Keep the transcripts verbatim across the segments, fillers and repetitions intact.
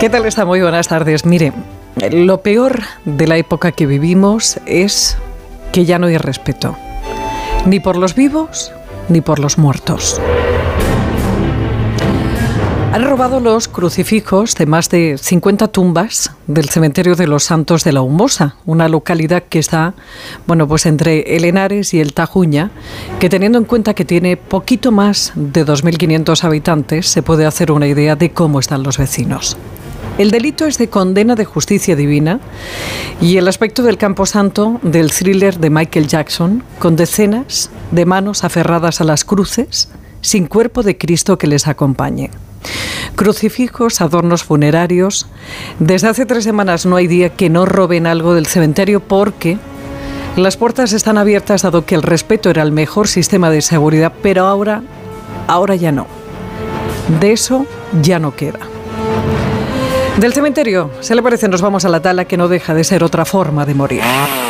¿Qué tal está? Muy buenas tardes. Mire, lo peor de la época que vivimos es que ya no hay respeto, ni por los vivos ni por los muertos. Han robado los crucifijos de más de cincuenta tumbas del cementerio de los Santos de la Humosa, una localidad que está, bueno, pues entre el Henares y el Tajuña, que teniendo en cuenta que tiene poquito más de dos mil quinientos habitantes, se puede hacer una idea de cómo están los vecinos. El delito es de condena de justicia divina y el aspecto del camposanto del thriller de Michael Jackson, con decenas de manos aferradas a las cruces, sin cuerpo de Cristo que les acompañe. Crucifijos, adornos funerarios. Desde hace tres semanas no hay día que no roben algo del cementerio porque las puertas están abiertas dado que el respeto era el mejor sistema de seguridad, pero ahora, ahora ya no. De eso ya no queda. Del cementerio, se le parece, nos vamos a la tala, que no deja de ser otra forma de morir.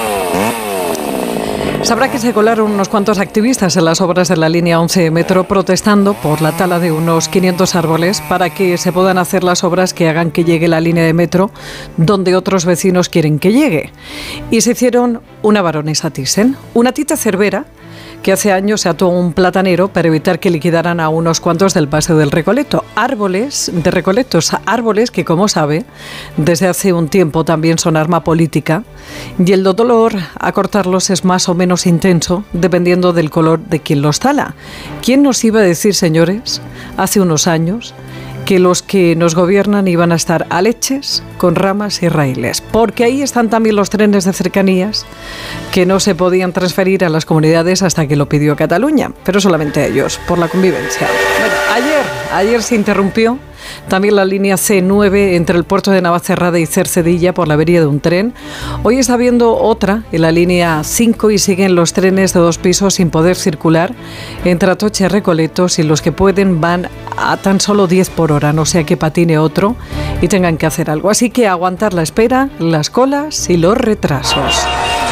Sabrá que se colaron unos cuantos activistas en las obras de la línea once de metro protestando por la tala de unos quinientos árboles para que se puedan hacer las obras que hagan que llegue la línea de metro donde otros vecinos quieren que llegue. Y se hicieron una baronesa Thyssen, una Tita Cervera, que hace años se ató un platanero para evitar que liquidaran a unos cuantos del Paseo del Recoleto. Árboles de Recoletos, árboles que, como sabe, desde hace un tiempo también son arma política, y el dolor a cortarlos es más o menos intenso dependiendo del color de quien los tala. ¿Quién nos iba a decir, señores, hace unos años, que los que nos gobiernan iban a estar a leches con ramas y raíles? Porque ahí están también los trenes de cercanías que no se podían transferir a las comunidades hasta que lo pidió Cataluña, pero solamente ellos, por la convivencia. Bueno, ayer, ayer se interrumpió también la línea ce nueve entre el puerto de Navacerrada y Cercedilla por la avería de un tren. Hoy está habiendo otra en la línea cinco y siguen los trenes de dos pisos sin poder circular entre Atocha y Recoletos, y los que pueden van a tan solo diez por hora, no sea que patine otro y tengan que hacer algo. Así que aguantar la espera, las colas y los retrasos.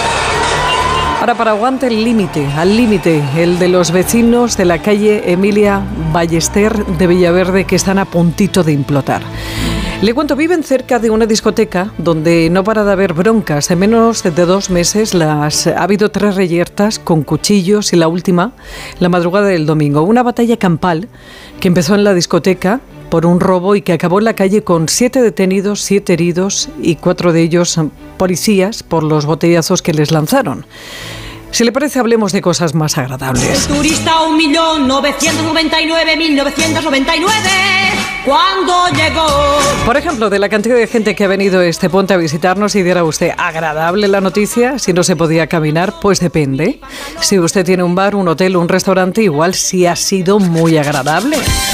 Ahora, para aguante el límite, al límite, el de los vecinos de la calle Emilia Ballester de Villaverde, que están a puntito de implotar. Le cuento, viven cerca de una discoteca donde no para de haber broncas. En menos de dos meses las, ha habido tres reyertas con cuchillos y la última la madrugada del domingo. Una batalla campal que empezó en la discoteca por un robo y que acabó en la calle con siete detenidos, siete heridos y cuatro de ellos policías por los botellazos que les lanzaron. Si le parece, hablemos de cosas más agradables. El turista un millón novecientos noventa y nueve mil novecientos noventa y nueve cuando llegó. Por ejemplo, de la cantidad de gente que ha venido este puente a visitarnos, y diera usted agradable la noticia, si no se podía caminar, pues depende. Si usted tiene un bar, un hotel, un restaurante, igual sí ha sido muy agradable.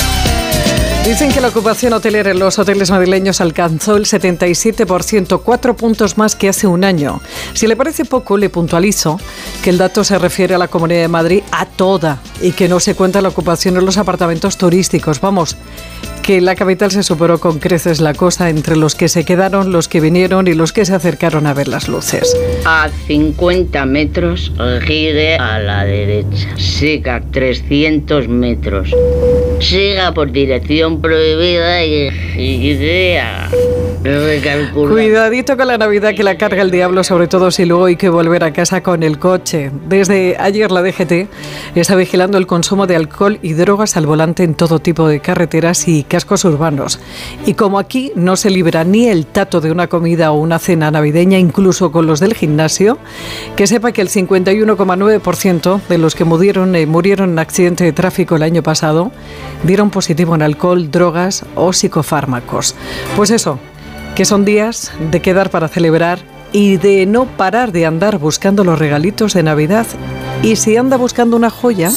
Dicen que la ocupación hotelera en los hoteles madrileños alcanzó el setenta y siete por ciento, cuatro puntos más que hace un año. Si le parece poco, le puntualizo que el dato se refiere a la Comunidad de Madrid a toda y que no se cuenta la ocupación en los apartamentos turísticos. Vamos, que en la capital se superó con creces la cosa entre los que se quedaron, los que vinieron y los que se acercaron a ver las luces. A cincuenta metros, gire a la derecha. Siga trescientos metros. Siga por dirección prohibida y gire a... Cuidadito con la Navidad, que la carga el diablo, sobre todo si luego hay que volver a casa con el coche. Desde ayer la D G T está vigilando el consumo de alcohol y drogas al volante en todo tipo de carreteras y cascos urbanos. Y como aquí no se libra ni el tato de una comida o una cena navideña, incluso con los del gimnasio, que sepa que el cincuenta y uno coma nueve por ciento de los que murieron, eh, murieron en accidente de tráfico el año pasado dieron positivo en alcohol, drogas o psicofármacos. Pues eso, que son días de quedar para celebrar y de no parar de andar buscando los regalitos de Navidad. Y si anda buscando una joya...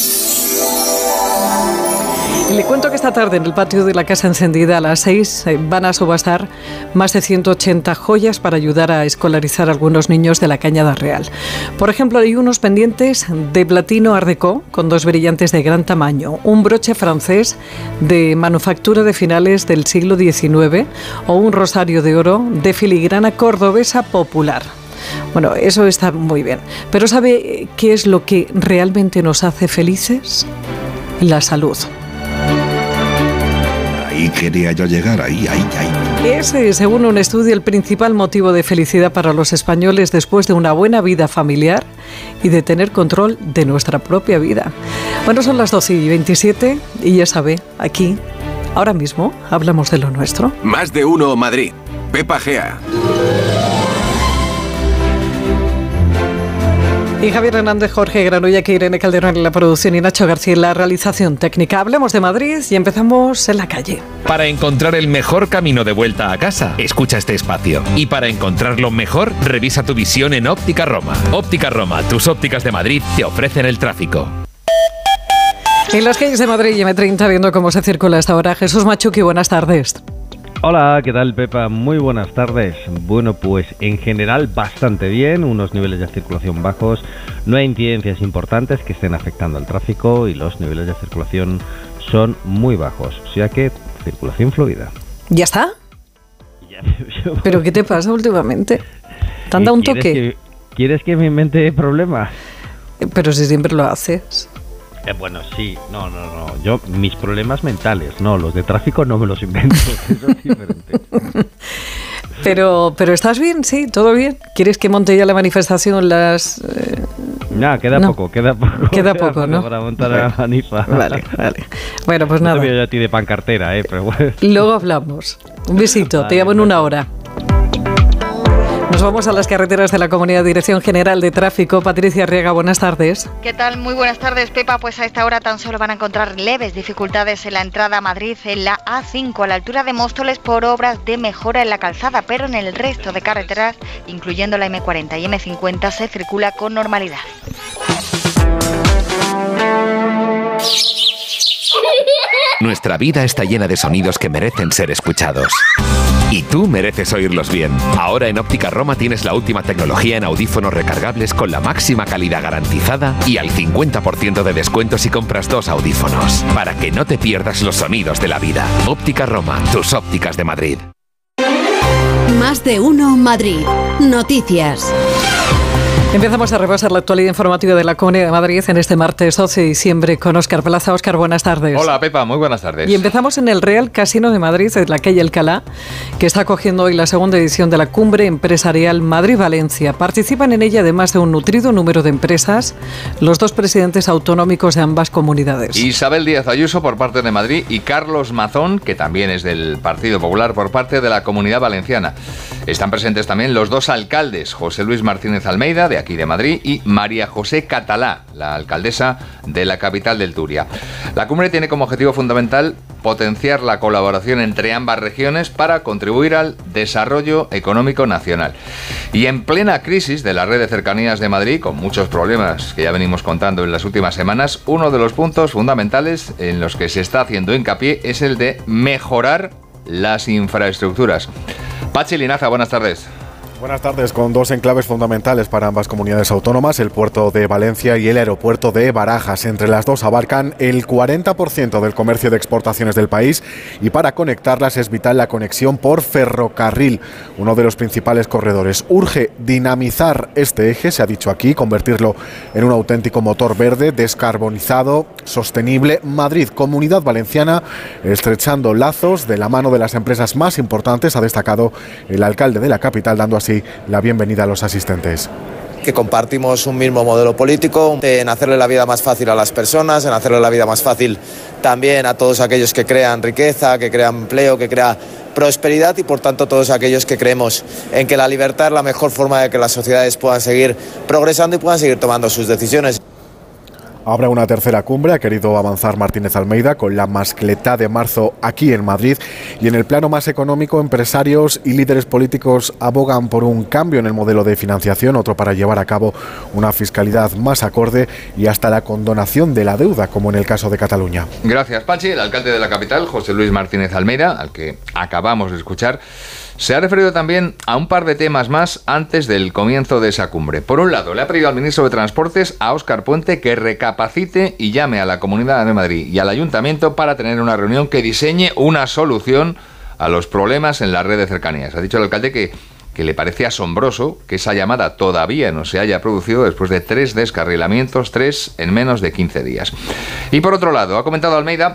Le cuento que esta tarde en el patio de la Casa Encendida a las seis van a subastar más de ciento ochenta joyas para ayudar a escolarizar a algunos niños de la Cañada Real. Por ejemplo, hay unos pendientes de platino Art Deco con dos brillantes de gran tamaño, un broche francés de manufactura de finales del siglo diecinueve o un rosario de oro de filigrana cordobesa popular. Bueno, eso está muy bien, pero ¿sabe qué es lo que realmente nos hace felices? La salud. Ahí quería yo llegar, ahí, ahí, ahí. Es, según un estudio, el principal motivo de felicidad para los españoles después de una buena vida familiar y de tener control de nuestra propia vida. Bueno, son las doce y veintisiete y ya sabe, aquí, ahora mismo, hablamos de lo nuestro. Más de uno Madrid. Pepa Gea. Y Javier Hernández, Jorge Granulla, que Irene Calderón en la producción y Nacho García en la realización técnica. Hablemos de Madrid y empezamos en la calle. Para encontrar el mejor camino de vuelta a casa, escucha este espacio. Y para encontrarlo mejor, revisa tu visión en Óptica Roma. Óptica Roma, tus ópticas de Madrid te ofrecen el tráfico. En las calles de Madrid y eme treinta, viendo cómo se circula hasta ahora. Jesús Machuqui, buenas tardes. Hola, ¿qué tal, Pepa? Muy buenas tardes. Bueno, pues en general bastante bien, unos niveles de circulación bajos, no hay incidencias importantes que estén afectando al tráfico y los niveles de circulación son muy bajos, o sea que circulación fluida. ¿Ya está? Ya, ¿Pero qué te pasa últimamente? ¿Te han dado un toque? Que, ¿Quieres que me invente problemas? Pero si siempre lo haces. Eh, bueno, sí, no, no, no, yo, mis problemas mentales, no, los de tráfico no me los invento, eso es diferente. Pero, pero ¿estás bien? Sí, todo bien. ¿Quieres que monte ya la manifestación? Las eh... No, queda no. poco, queda poco. Queda poco, ¿no? Para montar la manifa. Vale, vale. Bueno, pues no nada. te veo yo a ti de pancartera, eh, pero bueno. Luego hablamos. Un besito, vale, te llamo en una hora. Nos vamos a las carreteras de la Comunidad. Dirección General de Tráfico, Patricia Arriaga, buenas tardes. ¿Qué tal? Muy buenas tardes, Pepa. Pues a esta hora tan solo van a encontrar leves dificultades en la entrada a Madrid, en la A cinco, a la altura de Móstoles, por obras de mejora en la calzada, pero en el resto de carreteras, incluyendo la eme cuarenta y eme cincuenta, se circula con normalidad. Nuestra vida está llena de sonidos que merecen ser escuchados. Y tú mereces oírlos bien. Ahora en Óptica Roma tienes la última tecnología en audífonos recargables con la máxima calidad garantizada y al cincuenta por ciento de descuento si compras dos audífonos. Para que no te pierdas los sonidos de la vida. Óptica Roma, tus ópticas de Madrid. Más de uno Madrid. Noticias. Empezamos a repasar la actualidad informativa de la Comunidad de Madrid en este martes doce de diciembre con Óscar Plaza. Óscar, buenas tardes. Hola, Pepa, muy buenas tardes. Y empezamos en el Real Casino de Madrid, en la calle Alcalá, que está acogiendo hoy la segunda edición de la Cumbre Empresarial Madrid-Valencia. Participan en ella, además de un nutrido número de empresas, los dos presidentes autonómicos de ambas comunidades. Isabel Díaz Ayuso por parte de Madrid y Carlos Mazón, que también es del Partido Popular, por parte de la Comunidad Valenciana. Están presentes también los dos alcaldes, José Luis Martínez Almeida, de aquí de Madrid, y María José Catalá, la alcaldesa de la capital del Turia. La cumbre tiene como objetivo fundamental potenciar la colaboración entre ambas regiones para contribuir al desarrollo económico nacional. Y en plena crisis de la red de cercanías de Madrid, con muchos problemas que ya venimos contando en las últimas semanas, uno de los puntos fundamentales en los que se está haciendo hincapié es el de mejorar las infraestructuras. Pachi Linaza, buenas tardes. Buenas tardes, con dos enclaves fundamentales para ambas comunidades autónomas, el puerto de Valencia y el aeropuerto de Barajas. Entre las dos abarcan el cuarenta por ciento del comercio de exportaciones del país y para conectarlas es vital la conexión por ferrocarril, uno de los principales corredores. Urge dinamizar este eje, se ha dicho aquí, convertirlo en un auténtico motor verde, descarbonizado, sostenible. Madrid, Comunidad Valenciana, estrechando lazos de la mano de las empresas más importantes, ha destacado el alcalde de la capital, dando así la bienvenida a los asistentes. Que compartimos un mismo modelo político, en hacerle la vida más fácil a las personas, en hacerle la vida más fácil también a todos aquellos que crean riqueza, que crean empleo, que crean prosperidad y por tanto todos aquellos que creemos en que la libertad es la mejor forma de que las sociedades puedan seguir progresando y puedan seguir tomando sus decisiones. Habrá una tercera cumbre, ha querido avanzar Martínez Almeida, con la Mascletá de marzo aquí en Madrid. Y en el plano más económico, empresarios y líderes políticos abogan por un cambio en el modelo de financiación, otro para llevar a cabo una fiscalidad más acorde y hasta la condonación de la deuda, como en el caso de Cataluña. Gracias, Pachi. El alcalde de la capital, José Luis Martínez Almeida, al que acabamos de escuchar, se ha referido también a un par de temas más antes del comienzo de esa cumbre. Por un lado, le ha pedido al ministro de Transportes, a Óscar Puente, que recapacite y llame a la Comunidad de Madrid y al Ayuntamiento para tener una reunión que diseñe una solución a los problemas en la red de cercanías. Ha dicho el alcalde que, que le parece asombroso que esa llamada todavía no se haya producido después de tres descarrilamientos, tres en menos de quince días. Y por otro lado, ha comentado Almeida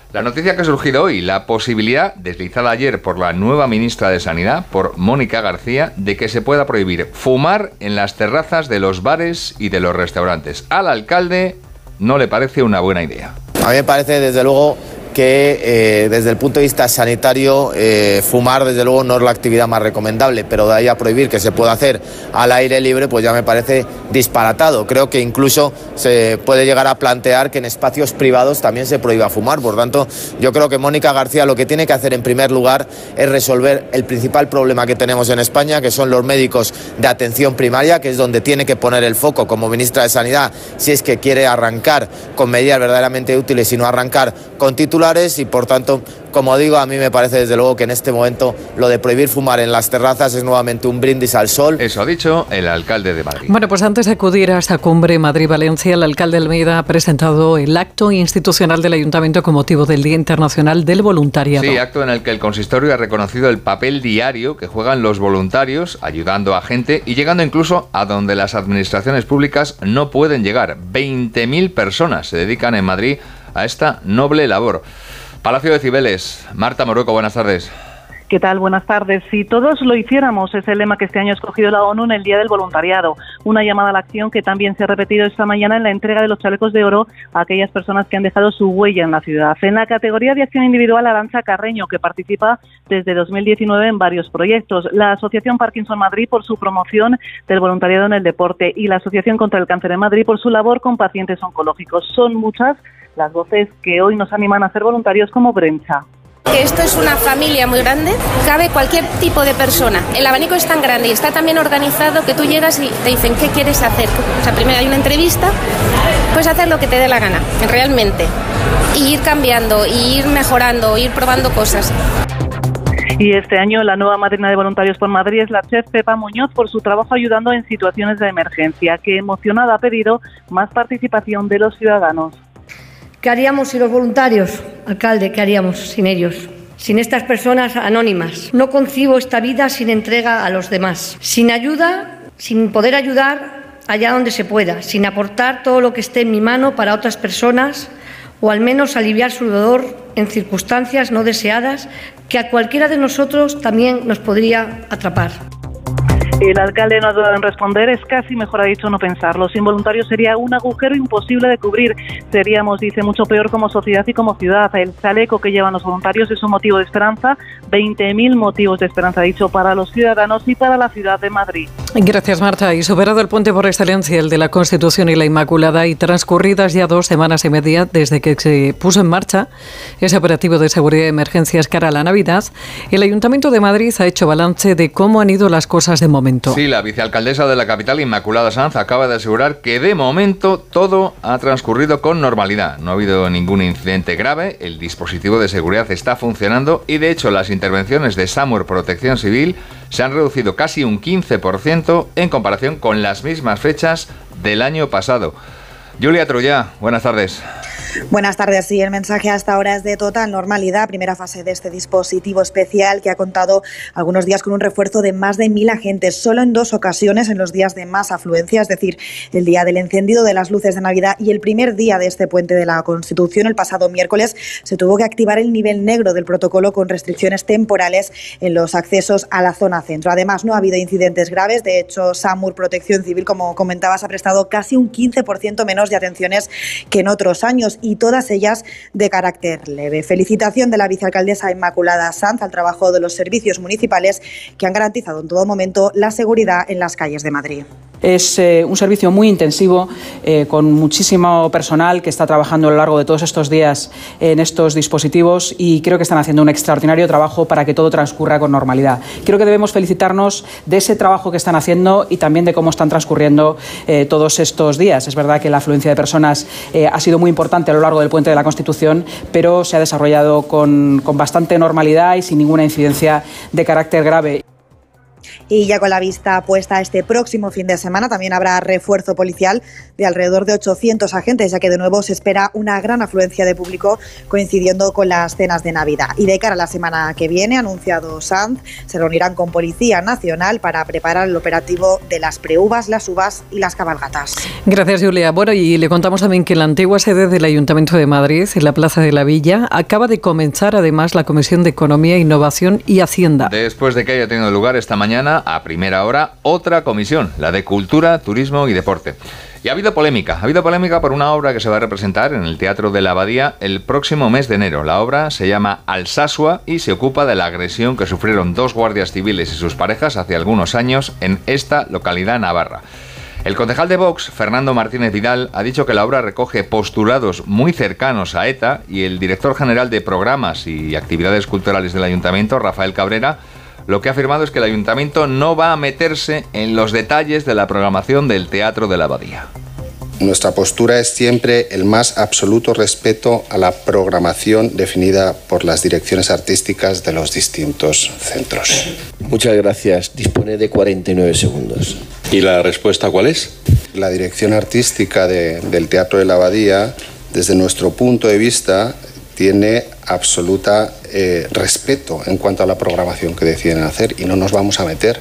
La noticia que ha surgido hoy, la posibilidad, deslizada ayer por la nueva ministra de Sanidad, por Mónica García, de que se pueda prohibir fumar en las terrazas de los bares y de los restaurantes. Al alcalde no le parece una buena idea. A mí me parece, desde luego, que eh, desde el punto de vista sanitario eh, fumar desde luego no es la actividad más recomendable, pero de ahí a prohibir que se pueda hacer al aire libre pues ya me parece disparatado. Creo que incluso se puede llegar a plantear que en espacios privados también se prohíba fumar. Por tanto, yo creo que Mónica García lo que tiene que hacer en primer lugar es resolver el principal problema que tenemos en España, que son los médicos de atención primaria, que es donde tiene que poner el foco como ministra de Sanidad si es que quiere arrancar con medidas verdaderamente útiles y no arrancar con títulos. Y por tanto, como digo, a mí me parece desde luego que en este momento lo de prohibir fumar en las terrazas es nuevamente un brindis al sol. Eso ha dicho el alcalde de Madrid. Bueno, pues antes de acudir a esta cumbre Madrid-Valencia, el alcalde Almeida ha presentado el acto institucional del Ayuntamiento con motivo del Día Internacional del Voluntariado. Sí, acto en el que el consistorio ha reconocido el papel diario que juegan los voluntarios ayudando a gente y llegando incluso a donde las administraciones públicas no pueden llegar. veinte mil personas se dedican en Madrid a esta noble labor. Palacio de Cibeles, Marta Morueco, buenas tardes. ¿Qué tal? Buenas tardes. Si todos lo hiciéramos, es el lema que este año ha escogido la ONU en el Día del Voluntariado. Una llamada a la acción que también se ha repetido esta mañana en la entrega de los chalecos de oro a aquellas personas que han dejado su huella en la ciudad. En la categoría de acción individual, Arantxa Carreño, que participa desde dos mil diecinueve en varios proyectos. La Asociación Parkinson Madrid por su promoción del voluntariado en el deporte y la Asociación contra el Cáncer en Madrid por su labor con pacientes oncológicos. Son muchas las voces que hoy nos animan a ser voluntarios como Brencha. Esto es una familia muy grande, cabe cualquier tipo de persona. El abanico es tan grande y está tan bien organizado que tú llegas y te dicen ¿qué quieres hacer? O sea, primero hay una entrevista, puedes hacer lo que te dé la gana, realmente. Y ir cambiando, y ir mejorando, ir probando cosas. Y este año la nueva madrina de Voluntarios por Madrid es la chef Pepa Muñoz por su trabajo ayudando en situaciones de emergencia, que emocionada ha pedido más participación de los ciudadanos. ¿Qué haríamos sin los voluntarios, alcalde? ¿Qué haríamos sin ellos? Sin estas personas anónimas. No concibo esta vida sin entrega a los demás. Sin ayuda, sin poder ayudar allá donde se pueda. Sin aportar todo lo que esté en mi mano para otras personas o al menos aliviar su dolor en circunstancias no deseadas que a cualquiera de nosotros también nos podría atrapar. El alcalde no ha dudado en responder, es casi mejor ha dicho no pensarlo. Sin voluntarios sería un agujero imposible de cubrir. Seríamos, dice, mucho peor como sociedad y como ciudad. El chaleco que llevan los voluntarios es un motivo de esperanza, veinte mil motivos de esperanza, dicho, para los ciudadanos y para la ciudad de Madrid. Gracias, Marta. Y superado el puente por excelencia, el de la Constitución y la Inmaculada, y transcurridas ya dos semanas y media desde que se puso en marcha ese operativo de seguridad de emergencias cara a la Navidad, el Ayuntamiento de Madrid ha hecho balance de cómo han ido las cosas de momento. Sí, la vicealcaldesa de la capital, Inmaculada Sanz, acaba de asegurar que de momento todo ha transcurrido con normalidad. No ha habido ningún incidente grave, el dispositivo de seguridad está funcionando y de hecho las intervenciones de SAMUR Protección Civil se han reducido casi un quince por ciento en comparación con las mismas fechas del año pasado. Julia Trullá, buenas tardes. Buenas tardes. Sí, el mensaje hasta ahora es de total normalidad. Primera fase de este dispositivo especial que ha contado algunos días con un refuerzo de más de mil agentes, solo en dos ocasiones en los días de más afluencia, es decir, el día del encendido de las luces de Navidad y el primer día de este puente de la Constitución. El pasado miércoles se tuvo que activar el nivel negro del protocolo con restricciones temporales en los accesos a la zona centro. Además, no ha habido incidentes graves. De hecho, SAMUR Protección Civil, como comentabas, ha prestado casi un quince por ciento menos de atenciones que en otros años, y todas ellas de carácter leve. Felicitación de la vicealcaldesa Inmaculada Sanz al trabajo de los servicios municipales que han garantizado en todo momento la seguridad en las calles de Madrid. Es eh, un servicio muy intensivo, eh, con muchísimo personal que está trabajando a lo largo de todos estos días en estos dispositivos y creo que están haciendo un extraordinario trabajo para que todo transcurra con normalidad. Creo que debemos felicitarnos de ese trabajo que están haciendo y también de cómo están transcurriendo eh, todos estos días. Es verdad que la afluencia de personas eh, ha sido muy importante a lo largo del puente de la Constitución, pero se ha desarrollado con, con bastante normalidad y sin ninguna incidencia de carácter grave. Y ya con la vista puesta este próximo fin de semana, también habrá refuerzo policial de alrededor de ochocientos agentes, ya que de nuevo se espera una gran afluencia de público coincidiendo con las cenas de Navidad. Y de cara a la semana que viene, ha anunciado Sanz, se reunirán con Policía Nacional para preparar el operativo de las preuvas, las uvas y las cabalgatas. Gracias, Julia. Bueno, y le contamos también que en la antigua sede del Ayuntamiento de Madrid, en la Plaza de la Villa, acaba de comenzar además la Comisión de Economía, Innovación y Hacienda. Después de que haya tenido lugar esta mañana, a primera hora, otra comisión, la de Cultura, Turismo y Deporte. Y ha habido polémica, ha habido polémica por una obra que se va a representar en el Teatro de la Abadía el próximo mes de enero. La obra se llama Alsasua y se ocupa de la agresión que sufrieron dos guardias civiles y sus parejas hace algunos años en esta localidad navarra. El concejal de Vox, Fernando Martínez Vidal, ha dicho que la obra recoge postulados muy cercanos a ETA y el director general de Programas y Actividades Culturales del Ayuntamiento, Rafael Cabrera, lo que ha afirmado es que el Ayuntamiento no va a meterse en los detalles de la programación del Teatro de la Abadía. Nuestra postura es siempre el más absoluto respeto a la programación definida por las direcciones artísticas de los distintos centros. Muchas gracias. Dispone de cuarenta y nueve segundos. ¿Y la respuesta cuál es? La dirección artística de, del Teatro de la Abadía, desde nuestro punto de vista, tiene absoluta eh, respeto en cuanto a la programación que deciden hacer y no nos vamos a meter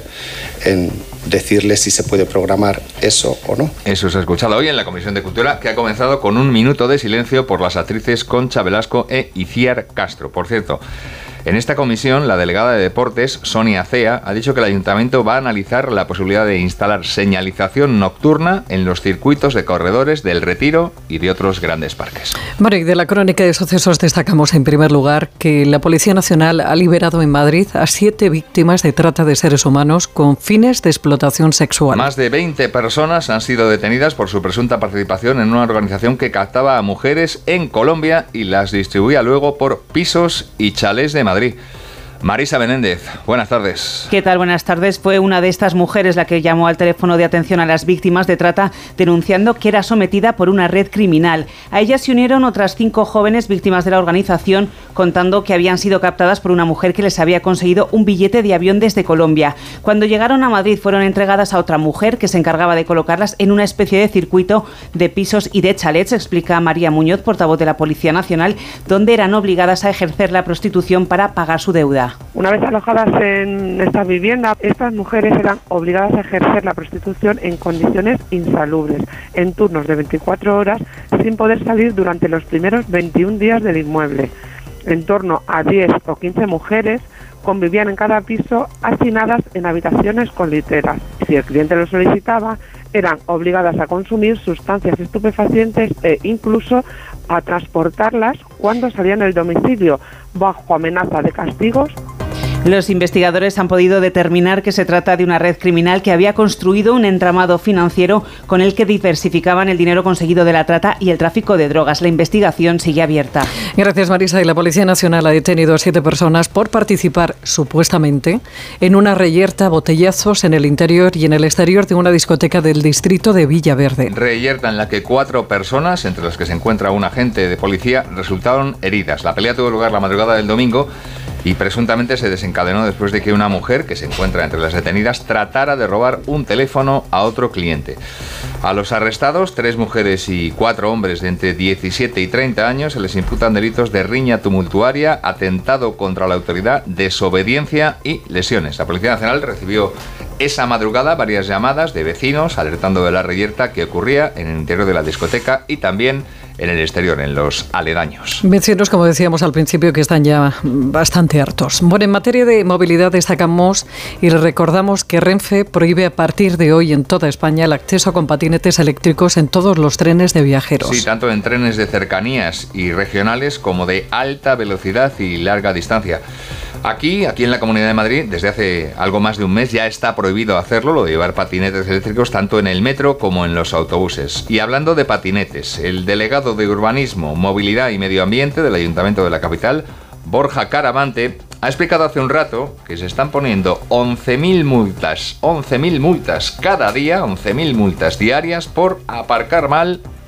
en decirles si se puede programar eso o no. Eso se ha escuchado hoy en la Comisión de Cultura, que ha comenzado con un minuto de silencio por las actrices Concha Velasco e Iciar Castro. Por cierto, en esta comisión, la delegada de Deportes, Sonia Cea, ha dicho que el Ayuntamiento va a analizar la posibilidad de instalar señalización nocturna en los circuitos de corredores del Retiro y de otros grandes parques. Bueno, y de la crónica de sucesos destacamos en primer lugar que la Policía Nacional ha liberado en Madrid a siete víctimas de trata de seres humanos con fines de explotación sexual. Más de veinte personas han sido detenidas por su presunta participación en una organización que captaba a mujeres en Colombia y las distribuía luego por pisos y chalés de Madrid. Madrid. Marisa Menéndez, buenas tardes. ¿Qué tal? Buenas tardes. Fue una de estas mujeres la que llamó al teléfono de atención a las víctimas de trata denunciando que era sometida por una red criminal. A ellas se unieron otras cinco jóvenes víctimas de la organización contando que habían sido captadas por una mujer que les había conseguido un billete de avión desde Colombia. Cuando llegaron a Madrid fueron entregadas a otra mujer que se encargaba de colocarlas en una especie de circuito de pisos y de chalets, explica María Muñoz, portavoz de la Policía Nacional, donde eran obligadas a ejercer la prostitución para pagar su deuda. Una vez alojadas en esta vivienda, estas mujeres eran obligadas a ejercer la prostitución en condiciones insalubres, en turnos de veinticuatro horas, sin poder salir durante los primeros veintiún días del inmueble. En torno a diez o quince mujeres convivían en cada piso hacinadas en habitaciones con literas. Si el cliente lo solicitaba, eran obligadas a consumir sustancias estupefacientes e incluso a transportarlas cuando salían del domicilio, bajo amenaza de castigos. Los investigadores han podido determinar que se trata de una red criminal que había construido un entramado financiero con el que diversificaban el dinero conseguido de la trata y el tráfico de drogas. La investigación sigue abierta. Gracias, Marisa. Y la Policía Nacional ha detenido a siete personas por participar, supuestamente, en una reyerta a botellazos en el interior y en el exterior de una discoteca del distrito de Villaverde. Reyerta en la que cuatro personas, entre las que se encuentra un agente de policía, resultaron heridas. La pelea tuvo lugar la madrugada del domingo y presuntamente se desencadenó después de que una mujer, que se encuentra entre las detenidas, tratara de robar un teléfono a otro cliente. A los arrestados, tres mujeres y cuatro hombres de entre diecisiete y treinta años, se les imputan delitos de riña tumultuaria, atentado contra la autoridad, desobediencia y lesiones. La Policía Nacional recibió esa madrugada varias llamadas de vecinos alertando de la reyerta que ocurría en el interior de la discoteca y también en el exterior, en los aledaños. Vecinos, como decíamos al principio, que están ya bastante hartos. Bueno, en materia de movilidad destacamos y recordamos que Renfe prohíbe a partir de hoy en toda España el acceso con patinetes eléctricos en todos los trenes de viajeros. Sí, tanto en trenes de cercanías y regionales como de alta velocidad y larga distancia. Aquí, aquí en la Comunidad de Madrid, desde hace algo más de un mes ya está prohibido hacerlo, lo de llevar patinetes eléctricos tanto en el metro como en los autobuses. Y hablando de patinetes, el delegado de Urbanismo, Movilidad y Medio Ambiente del Ayuntamiento de la capital, Borja Caravante, ha explicado hace un rato que se están poniendo once mil multas, once mil multas cada día, once mil multas diarias por aparcar mal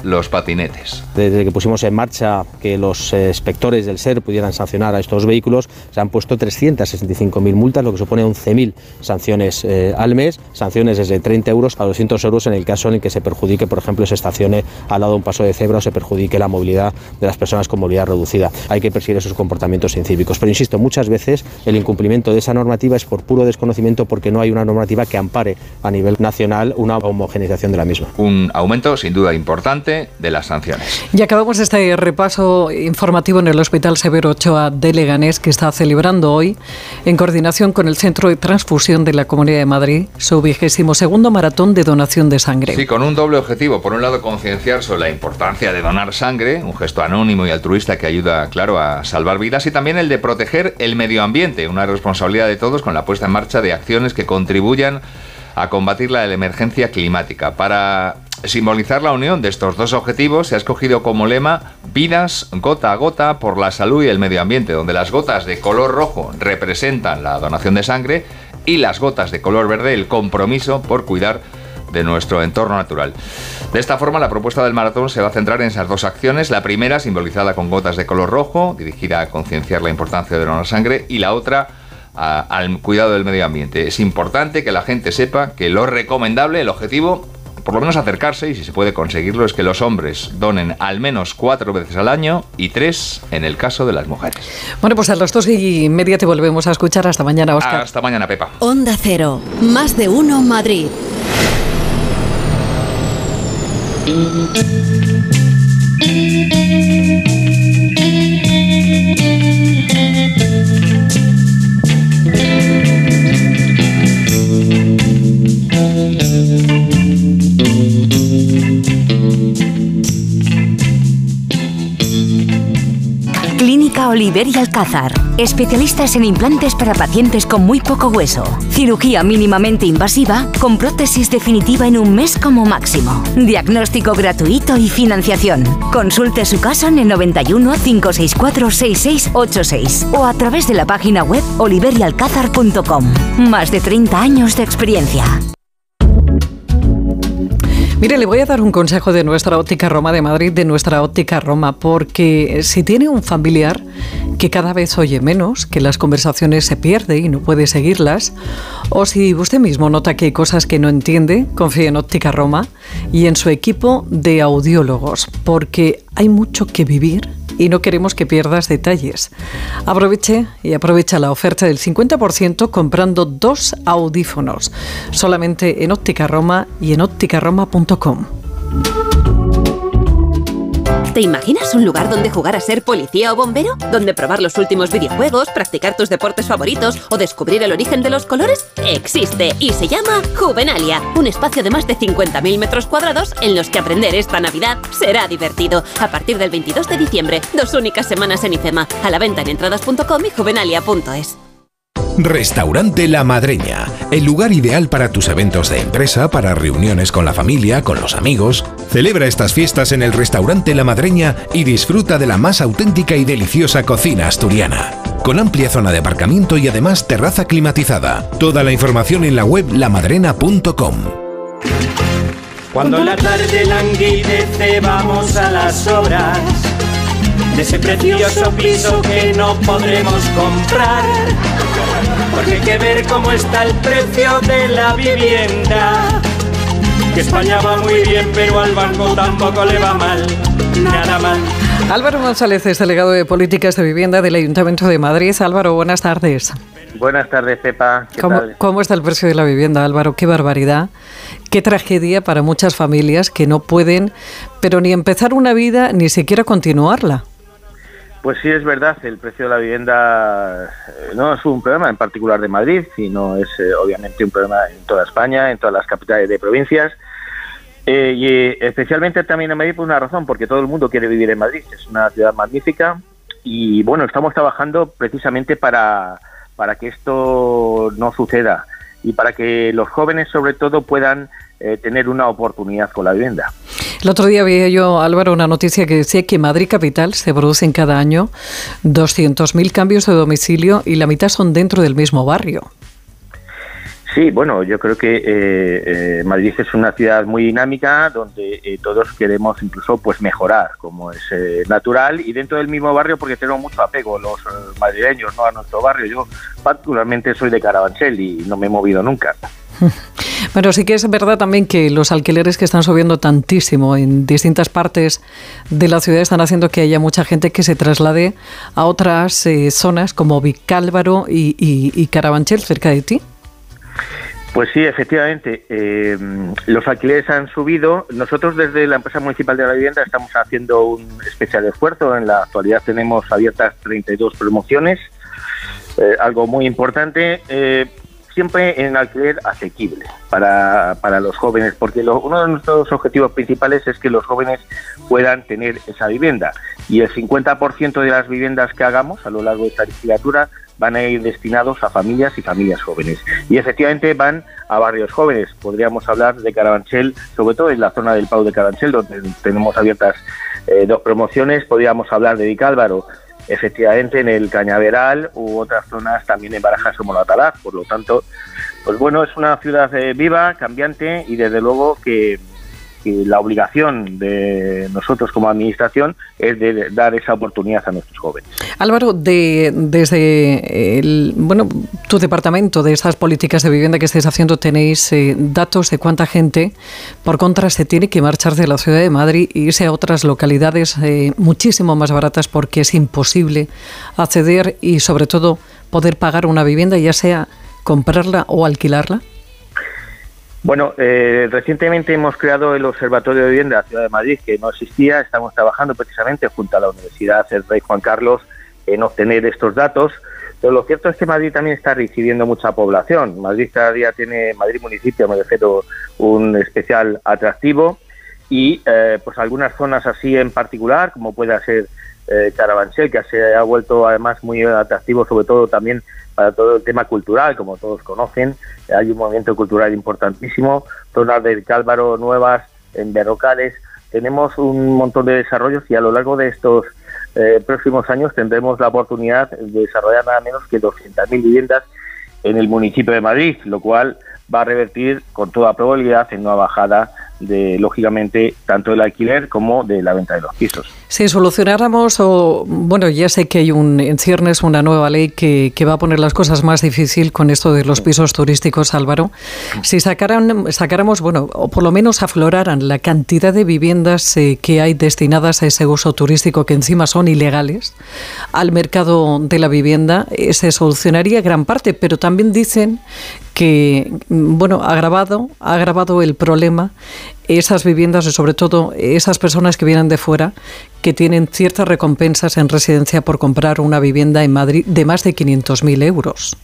los patinetes. Desde que pusimos en marcha que los eh, inspectores del S E R pudieran sancionar a estos vehículos, se han puesto trescientas sesenta y cinco mil multas, lo que supone once mil sanciones eh, al mes, sanciones desde treinta euros a doscientos euros en el caso en el que se perjudique, por ejemplo, se estacione al lado de un paso de cebra o se perjudique la movilidad de las personas con movilidad reducida. Hay que perseguir esos comportamientos incívicos. Pero insisto, muchas veces el incumplimiento de esa normativa es por puro desconocimiento, porque no hay una normativa que ampare a nivel nacional una homogeneización de la misma. Un aumento sin duda importante de las sanciones. Y acabamos este repaso informativo en el Hospital Severo Ochoa de Leganés, que está celebrando hoy, en coordinación con el Centro de Transfusión de la Comunidad de Madrid, su vigésimo segundo maratón de donación de sangre. Sí, con un doble objetivo. Por un lado, concienciar sobre la importancia de donar sangre, un gesto anónimo y altruista que ayuda, claro, a salvar vidas, y también el de proteger el medio ambiente, una responsabilidad de todos con la puesta en marcha de acciones que contribuyan a combatir la emergencia climática. Para simbolizar la unión de estos dos objetivos, se ha escogido como lema Vidas gota a gota por la salud y el medio ambiente, donde las gotas de color rojo representan la donación de sangre y las gotas de color verde el compromiso por cuidar de nuestro entorno natural. De esta forma, la propuesta del maratón se va a centrar en esas dos acciones. La primera, simbolizada con gotas de color rojo, dirigida a concienciar la importancia de donar sangre, y la otra, a, al cuidado del medio ambiente. Es importante que la gente sepa que lo recomendable, el objetivo, por lo menos acercarse, y si se puede conseguirlo, es que los hombres donen al menos cuatro veces al año y tres en el caso de las mujeres. Bueno, pues a las dos y media te volvemos a escuchar. Hasta mañana, Óscar. Hasta mañana, Pepa. Onda Cero, más de uno Madrid. Clínica Oliver y Alcázar. Especialistas en implantes para pacientes con muy poco hueso. Cirugía mínimamente invasiva con prótesis definitiva en un mes como máximo. Diagnóstico gratuito y financiación. Consulte su caso en el noventa y uno, cinco seis cuatro, seis seis ocho seis o a través de la página web oliver y alcázar punto com. Más de treinta años de experiencia. Mire, le voy a dar un consejo de nuestra Óptica Roma de Madrid, de nuestra Óptica Roma, porque si tiene un familiar que cada vez oye menos, que las conversaciones se pierde y no puede seguirlas, o si usted mismo nota que hay cosas que no entiende, confíe en Óptica Roma y en su equipo de audiólogos, porque hay mucho que vivir y no queremos que pierdas detalles. Aproveche y aprovecha la oferta del cincuenta por ciento comprando dos audífonos, solamente en Óptica Roma y en óptica roma punto com. ¿Te imaginas un lugar donde jugar a ser policía o bombero? ¿Donde probar los últimos videojuegos, practicar tus deportes favoritos o descubrir el origen de los colores? Existe y se llama Juvenalia, un espacio de más de cincuenta mil metros cuadrados en los que aprender esta Navidad será divertido. A partir del veintidós de diciembre, dos únicas semanas en IFEMA, a la venta en entradas punto com y juvenalia punto es. Restaurante La Madreña, el lugar ideal para tus eventos de empresa, para reuniones con la familia, con los amigos. Celebra estas fiestas en el Restaurante La Madreña y disfruta de la más auténtica y deliciosa cocina asturiana. Con amplia zona de aparcamiento y además terraza climatizada. Toda la información en la web la madrena punto com. Cuando la tarde languidece vamos a las obras de ese precioso piso que no podremos comprar, porque hay que ver cómo está el precio de la vivienda. Que España va muy bien, pero al banco tampoco le va mal, nada mal. Álvaro González es delegado de Políticas de Vivienda del Ayuntamiento de Madrid. Álvaro, buenas tardes. Buenas tardes, Pepa. ¿Qué ¿Cómo, tal? ¿Cómo está el precio de la vivienda, Álvaro? Qué barbaridad, qué tragedia para muchas familias que no pueden, pero ni empezar una vida, ni siquiera continuarla. Pues sí, es verdad, el precio de la vivienda eh, no es un problema en particular de Madrid, sino es eh, obviamente un problema en toda España, en todas las capitales de provincias, eh, y eh, especialmente también en Madrid por una razón, porque todo el mundo quiere vivir en Madrid, es una ciudad magnífica, y bueno, estamos trabajando precisamente para, para que esto no suceda, y para que los jóvenes sobre todo puedan eh, tener una oportunidad con la vivienda. El otro día veía yo, Álvaro, una noticia que decía que en Madrid capital se producen cada año doscientos mil cambios de domicilio y la mitad son dentro del mismo barrio. Sí, bueno, yo creo que eh, eh, Madrid es una ciudad muy dinámica donde eh, todos queremos incluso pues mejorar, como es eh, natural, y dentro del mismo barrio, porque tenemos mucho apego los eh, madrileños, ¿no?, a nuestro barrio. Yo particularmente soy de Carabanchel y no me he movido nunca. Pero sí que es verdad también que los alquileres que están subiendo tantísimo en distintas partes de la ciudad están haciendo que haya mucha gente que se traslade a otras eh, zonas como Vicálvaro y, y, y Carabanchel, cerca de ti. Pues sí, efectivamente, eh, los alquileres han subido. Nosotros desde la empresa municipal de la vivienda estamos haciendo un especial esfuerzo. En la actualidad tenemos abiertas treinta y dos promociones, eh, algo muy importante, eh, siempre en alquiler asequible para, para los jóvenes, porque lo, uno de nuestros objetivos principales es que los jóvenes puedan tener esa vivienda, y el cincuenta por ciento de las viviendas que hagamos a lo largo de esta legislatura van a ir destinados a familias y familias jóvenes. Y efectivamente van a barrios jóvenes. Podríamos hablar de Carabanchel, sobre todo en la zona del Pau de Carabanchel, donde tenemos abiertas eh, dos promociones. Podríamos hablar de Vicálvaro, efectivamente en el Cañaveral, u otras zonas también en Barajas o Moratalaz. Por lo tanto, pues bueno, es una ciudad eh, viva, cambiante, y desde luego que... que la obligación de nosotros como administración es de dar esa oportunidad a nuestros jóvenes. Álvaro, de, desde el, bueno, tu departamento, de esas políticas de vivienda que estáis haciendo, ¿tenéis eh, datos de cuánta gente, por contra, se tiene que marchar de la ciudad de Madrid e irse a otras localidades eh, muchísimo más baratas porque es imposible acceder y, sobre todo, poder pagar una vivienda, ya sea comprarla o alquilarla? Bueno, eh, recientemente hemos creado el Observatorio de Vivienda de la Ciudad de Madrid, que no existía. Estamos trabajando precisamente junto a la Universidad El Rey Juan Carlos en obtener estos datos. Pero lo cierto es que Madrid también está recibiendo mucha población. Madrid cada día tiene, Madrid municipio, me refiero, un especial atractivo, y eh, pues algunas zonas así en particular, como puede ser eh, Carabanchel, que se ha vuelto además muy atractivo, sobre todo también para todo el tema cultural, como todos conocen. Hay un movimiento cultural importantísimo, zonas de Vicálvaro nuevas, en Berrocales. Tenemos un montón de desarrollos, y a lo largo de estos eh, próximos años tendremos la oportunidad de desarrollar nada menos que doscientas mil viviendas en el municipio de Madrid, lo cual va a revertir con toda probabilidad en una bajada de, lógicamente, tanto del alquiler como de la venta de los pisos. Si solucionáramos, o bueno, ya sé que hay un en ciernes una nueva ley que, que va a poner las cosas más difícil con esto de los pisos turísticos, Álvaro. Si sacaran, sacáramos, bueno, o por lo menos afloraran la cantidad de viviendas eh, que hay destinadas a ese uso turístico, que encima son ilegales, al mercado de la vivienda, eh, se solucionaría gran parte, pero también dicen que, bueno, ha agravado, ha agravado el problema esas viviendas, y sobre todo esas personas que vienen de fuera, que tienen ciertas recompensas en residencia por comprar una vivienda en Madrid de más de quinientos mil euros.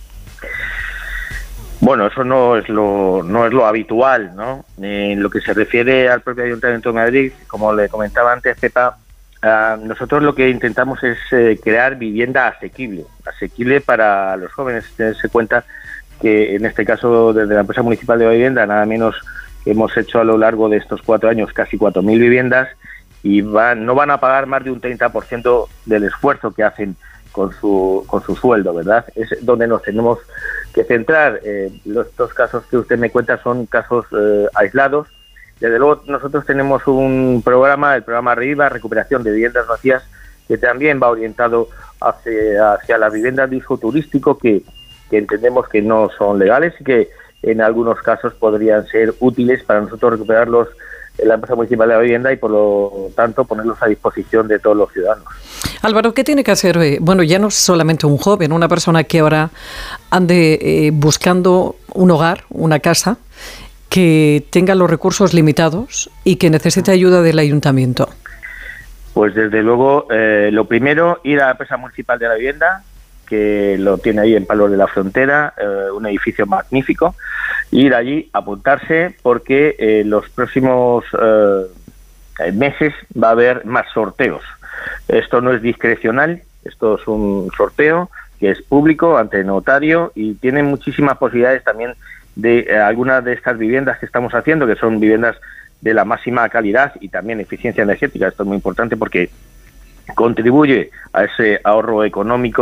Bueno, eso no es lo no es lo habitual, ¿no? En lo que se refiere al propio Ayuntamiento de Madrid, como le comentaba antes, Pepa, uh, nosotros lo que intentamos es eh, crear vivienda asequible, asequible para los jóvenes. Tenerse cuenta que en este caso, desde la empresa municipal de la vivienda, nada menos que hemos hecho a lo largo de estos cuatro años casi cuatro mil viviendas, y van, no van a pagar más de un treinta por ciento del esfuerzo que hacen con su con su sueldo, ¿verdad? Es donde nos tenemos que centrar. Eh, los dos casos que usted me cuenta son casos eh, aislados. Desde luego, nosotros tenemos un programa, el programa Reviva, recuperación de viviendas vacías, que también va orientado hacia, hacia las viviendas de uso turístico, que, que entendemos que no son legales y que en algunos casos podrían ser útiles para nosotros recuperarlos en la empresa municipal de la vivienda, y por lo tanto ponerlos a disposición de todos los ciudadanos. Álvaro, ¿qué tiene que hacer? Bueno, ya no solamente un joven, una persona que ahora ande eh, buscando un hogar, una casa, que tenga los recursos limitados y que necesite ayuda del ayuntamiento? Pues desde luego, eh, lo primero, ir a la empresa municipal de la vivienda, que lo tiene ahí en Palos de la Frontera, eh, un edificio magnífico, ir allí, apuntarse, porque eh, los próximos eh, meses va a haber más sorteos. Esto no es discrecional, esto es un sorteo que es público ante notario, y tiene muchísimas posibilidades también de eh, algunas de estas viviendas que estamos haciendo, que son viviendas de la máxima calidad y también eficiencia energética. Esto es muy importante porque contribuye a ese ahorro económico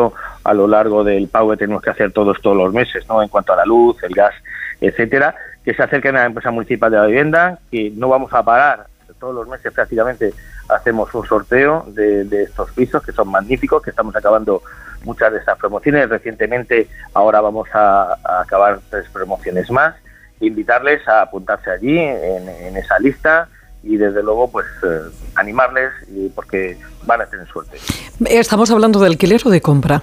a lo largo del pago que tenemos que hacer todos todos los meses, ¿no? En cuanto a la luz, el gas, etcétera, que se acerquen a la empresa municipal de la vivienda, que no vamos a parar, todos los meses prácticamente hacemos un sorteo de, de estos pisos que son magníficos, que estamos acabando muchas de estas promociones. Recientemente ahora vamos a, a acabar tres promociones más, invitarles a apuntarse allí en, en esa lista y desde luego pues eh, animarles y porque van a tener suerte. ¿Estamos hablando de alquiler o de compra?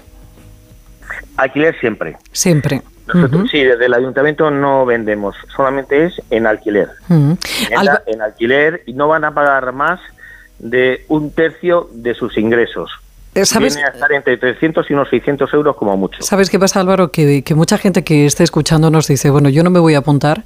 Alquiler siempre. Siempre. Nosotros, uh-huh. Sí, desde el ayuntamiento no vendemos, solamente es en alquiler. Uh-huh. En, Alba... la, en alquiler y no van a pagar más de un tercio de sus ingresos. ¿Sabes? Viene a estar entre trescientos y unos seiscientos euros como mucho. ¿Sabes qué pasa, Álvaro? Que, que mucha gente que esté escuchando nos dice, bueno, yo no me voy a apuntar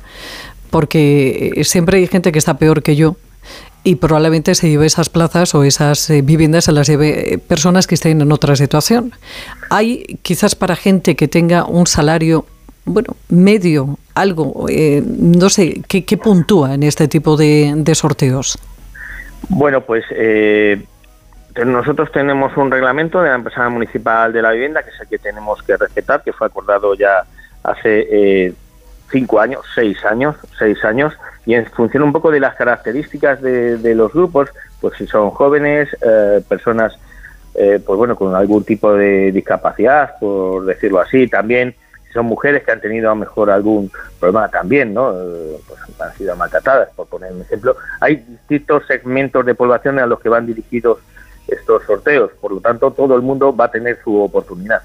porque siempre hay gente que está peor que yo y probablemente se lleve esas plazas o esas eh, viviendas se las lleve eh, personas que estén en otra situación. Hay quizás para gente que tenga un salario, bueno, medio, algo, eh, no sé, ¿qué, qué puntúa en este tipo de, de sorteos? Bueno, pues eh, nosotros tenemos un reglamento de la empresa municipal de la vivienda, que es el que tenemos que respetar, que fue acordado ya hace eh, cinco años, seis años, seis años, y en función un poco de las características de, de los grupos, pues si son jóvenes, eh, personas, eh, pues bueno, con algún tipo de discapacidad, por decirlo así, también si son mujeres que han tenido a lo mejor algún problema también, ¿no? Eh, pues han sido maltratadas, por poner un ejemplo. Hay distintos segmentos de población a los que van dirigidos estos sorteos, por lo tanto todo el mundo va a tener su oportunidad.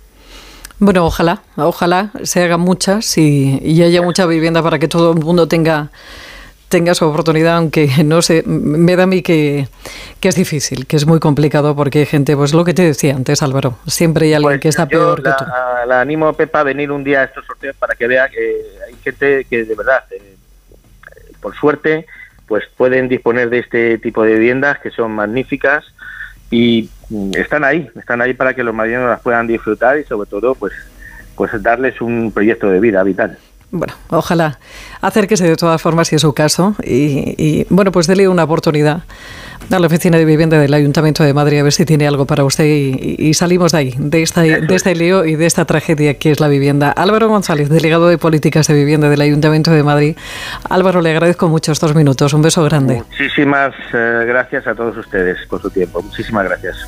Bueno, ojalá, ojalá se hagan muchas y, y haya mucha vivienda para que todo el mundo tenga tenga su oportunidad, aunque no sé, me da a mí que, que es difícil, que es muy complicado porque hay gente, pues lo que te decía antes, Álvaro, siempre hay alguien pues que está peor la, que tú. La animo, Pepa, a venir un día a estos sorteos para que vea que hay gente que de verdad, eh, por suerte, pues pueden disponer de este tipo de viviendas que son magníficas y están ahí, están ahí para que los madrileños las puedan disfrutar y sobre todo pues pues darles un proyecto de vida vital. Bueno, ojalá acérquese de todas formas si es su caso y, y bueno, pues dele una oportunidad a la Oficina de Vivienda del Ayuntamiento de Madrid a ver si tiene algo para usted y, y salimos de ahí, de, esta, de este lío y de esta tragedia que es la vivienda. Álvaro González, delegado de Políticas de Vivienda del Ayuntamiento de Madrid. Álvaro, le agradezco mucho estos minutos. Un beso grande. Muchísimas eh, gracias a todos ustedes por su tiempo. Muchísimas gracias.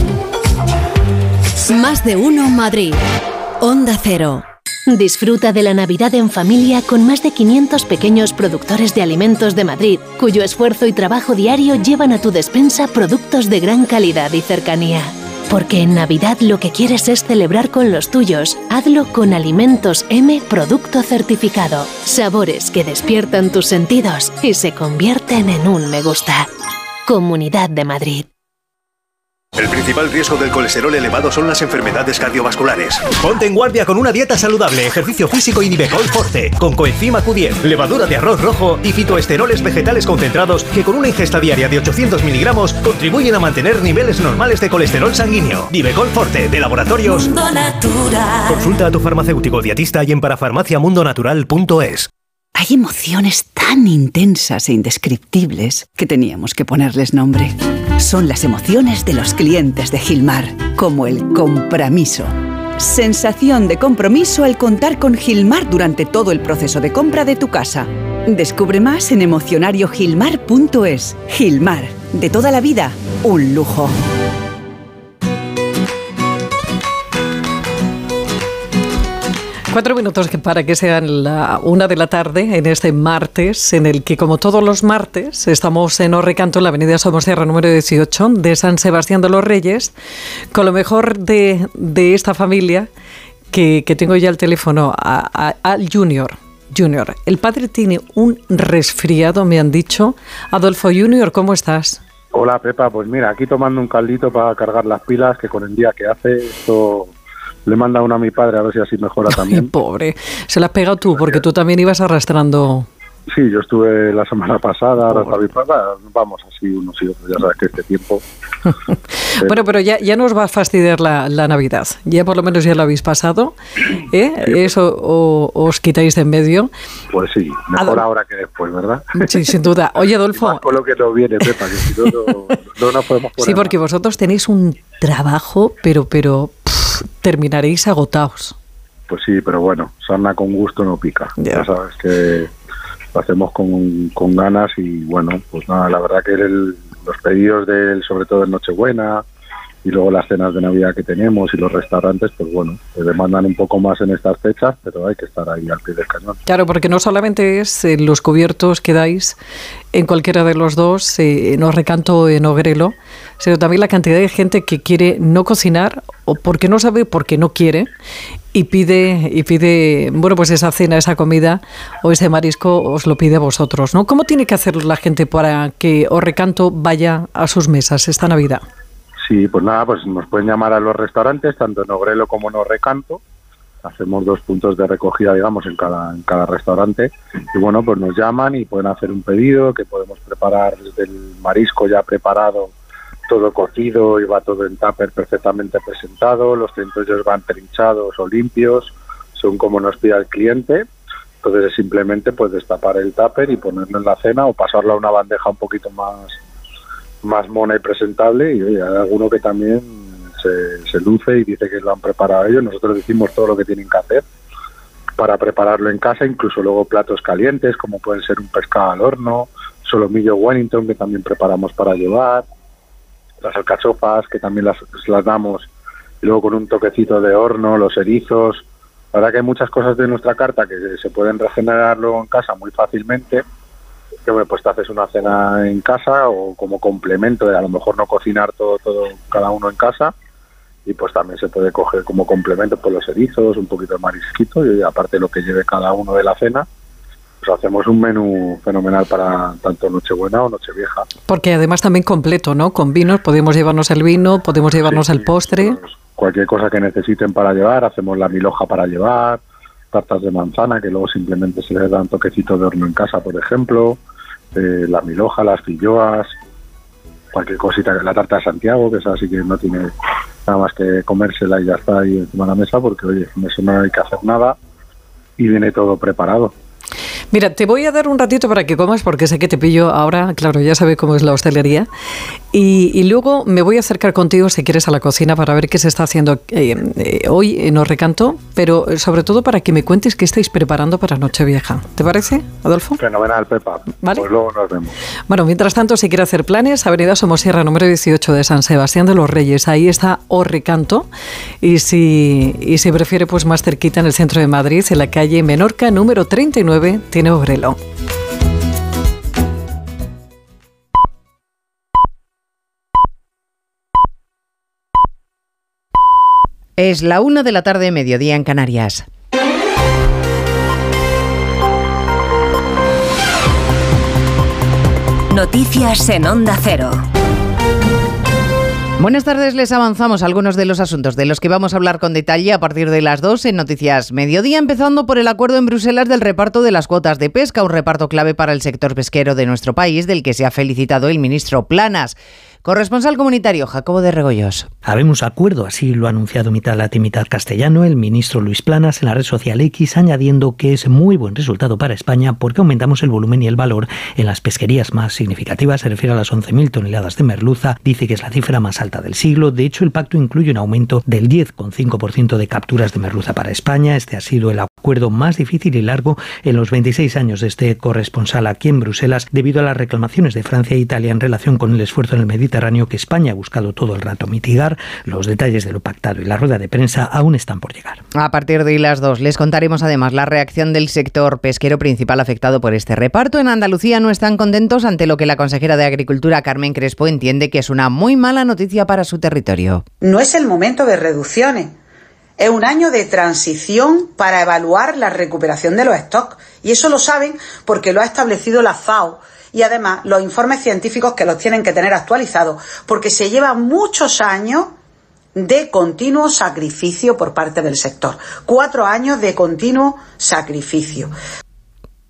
Más de uno Madrid. Onda Cero. Disfruta de la Navidad en familia con más de quinientos pequeños productores de alimentos de Madrid, cuyo esfuerzo y trabajo diario llevan a tu despensa productos de gran calidad y cercanía. Porque en Navidad lo que quieres es celebrar con los tuyos. Hazlo con Alimentos M Producto Certificado. Sabores que despiertan tus sentidos y se convierten en un me gusta. Comunidad de Madrid. El principal riesgo del colesterol elevado son las enfermedades cardiovasculares. Ponte en guardia con una dieta saludable, ejercicio físico y Nivecol Forte, con coenzima Q diez, levadura de arroz rojo y fitoesteroles vegetales concentrados que con una ingesta diaria de ochocientos miligramos contribuyen a mantener niveles normales de colesterol sanguíneo. Nivecol Forte, de Laboratorios Mundo Natural. Consulta a tu farmacéutico dietista y en parafarmacia mundo natural punto es. Hay emociones tan intensas e indescriptibles que teníamos que ponerles nombre. Son las emociones de los clientes de Gilmar, como el compromiso. Sensación de compromiso al contar con Gilmar durante todo el proceso de compra de tu casa. Descubre más en emocionario gilmar punto es. Gilmar, de toda la vida, un lujo. Cuatro minutos para que sean la una de la tarde en este martes, en el que, como todos los martes, estamos en Orrecanto, en la avenida Somosierra número dieciocho de San Sebastián de los Reyes, con lo mejor de, de esta familia, que, que tengo ya el teléfono, a, a, al Junior. Junior, el padre tiene un resfriado, me han dicho. Adolfo Junior, ¿cómo estás? Hola, Pepa, pues mira, aquí tomando un caldito para cargar las pilas, que con el día que hace esto... Le manda uno a mi padre a ver si así mejora también. Ay, pobre. Se la has pegado tú, porque tú también ibas arrastrando... Sí, yo estuve la semana pasada, ahora vamos así unos y otros, ya sabes que este tiempo... Bueno, pero ya, ya nos va a fastidiar la, la Navidad. Ya por lo menos ya lo habéis pasado, ¿eh? Sí, Eso o, os quitáis de en medio. Pues sí, mejor Adol- ahora que después, ¿verdad? Sí, sin duda. Oye, Adolfo... Más con lo que nos viene, Pepa, que si no, no, no nos podemos poner Sí, porque más. Vosotros tenéis un trabajo, pero... pero terminaréis agotados. Pues sí, pero bueno, sarna con gusto no pica. Yeah. Ya sabes que lo hacemos con, con ganas y bueno, pues nada, la verdad que el, los pedidos del, sobre todo de Nochebuena y luego las cenas de Navidad que tenemos y los restaurantes, pues bueno, se demandan un poco más en estas fechas, pero hay que estar ahí al pie del cañón. Claro, porque no solamente es eh, los cubiertos que dais en cualquiera de los dos, eh, en Orrecanto o en Ogrelo, sino también la cantidad de gente que quiere no cocinar o porque no sabe, porque no quiere, y pide, y pide, bueno, pues esa cena, esa comida o ese marisco os lo pide a vosotros, ¿no? ¿Cómo tiene que hacer la gente para que Orrecanto vaya a sus mesas esta Navidad? Sí, pues nada, pues nos pueden llamar a los restaurantes, tanto en Ogrelo como en Orrecanto. Hacemos dos puntos de recogida, digamos, en cada, en cada restaurante. Y bueno, pues nos llaman y pueden hacer un pedido, que podemos preparar desde el marisco ya preparado, todo cocido y va todo en tupper perfectamente presentado. Los centollos van trinchados o limpios, según como nos pida el cliente. Entonces es simplemente pues destapar el tupper y ponerlo en la cena o pasarlo a una bandeja un poquito más... más mona y presentable, y oye, hay alguno que también se, se luce y dice que lo han preparado ellos. Nosotros decimos todo lo que tienen que hacer para prepararlo en casa, incluso luego platos calientes como pueden ser un pescado al horno, solomillo Wellington que también preparamos para llevar, las alcachofas que también las, las damos, y luego con un toquecito de horno, los erizos. La verdad que hay muchas cosas de nuestra carta que se pueden regenerar luego en casa muy fácilmente, que pues te haces una cena en casa o como complemento de a lo mejor no cocinar todo todo cada uno en casa, y pues también se puede coger como complemento por los erizos, un poquito de marisquito y aparte lo que lleve cada uno de la cena, pues hacemos un menú fenomenal para tanto Nochebuena o Nochevieja. Porque además también completo, ¿no? Con vinos podemos llevarnos el vino, podemos llevarnos sí, el postre. Pues cualquier cosa que necesiten para llevar, hacemos la milhoja para llevar, tartas de manzana que luego simplemente se les da un toquecito de horno en casa, por ejemplo. Eh, la milhoja, las filloas, cualquier cosita, la tarta de Santiago, que es así que no tiene nada más que comérsela y ya está ahí encima de la mesa, porque oye, con eso no hay que hacer nada y viene todo preparado. Mira, te voy a dar un ratito para que comas porque sé que te pillo ahora, claro, ya sabes cómo es la hostelería, y, y luego me voy a acercar contigo si quieres a la cocina para ver qué se está haciendo eh, eh, hoy en Orrecanto, pero sobre todo para que me cuentes qué estáis preparando para Nochevieja. ¿Te parece, Adolfo? Fenomenal, Pepa. ¿Vale? Pues luego nos vemos. Bueno, mientras tanto, si quiere hacer planes, Avenida Somosierra número dieciocho de San Sebastián de los Reyes, ahí está Orrecanto, y si, y si prefiere pues más cerquita en el centro de Madrid, en la calle Menorca número treinta y nueve, tiene Ogrelo. Es la una de la tarde, mediodía en Canarias. Noticias en Onda Cero. Buenas tardes, les avanzamos algunos de los asuntos de los que vamos a hablar con detalle a partir de las dos en Noticias Mediodía, empezando por el acuerdo en Bruselas del reparto de las cuotas de pesca, un reparto clave para el sector pesquero de nuestro país, del que se ha felicitado el ministro Planas. Corresponsal comunitario, Jacobo de Regoyos. Habemos acuerdo, así lo ha anunciado mitad latín, mitad castellano el ministro Luis Planas en la red social X, añadiendo que es muy buen resultado para España porque aumentamos el volumen y el valor en las pesquerías más significativas. Se refiere a las once mil toneladas de merluza, dice que es la cifra más alta del siglo. De hecho, el pacto incluye un aumento del diez coma cinco por ciento de capturas de merluza para España. Este ha sido el acuerdo más difícil y largo en los veintiséis años de este corresponsal aquí en Bruselas, debido a las reclamaciones de Francia e Italia en relación con el esfuerzo en el Mediterráneo que España ha buscado todo el rato mitigar. Los detalles de lo pactado y la rueda de prensa aún están por llegar. A partir de las dos les contaremos además la reacción del sector pesquero principal afectado por este reparto. En Andalucía no están contentos ante lo que la consejera de Agricultura, Carmen Crespo, entiende que es una muy mala noticia para su territorio. No es el momento de reducciones. Es un año de transición para evaluar la recuperación de los stocks. Y eso lo saben porque lo ha establecido la FAO. Y además los informes científicos que los tienen que tener actualizados, porque se lleva muchos años de continuo sacrificio por parte del sector. Cuatro años de continuo sacrificio.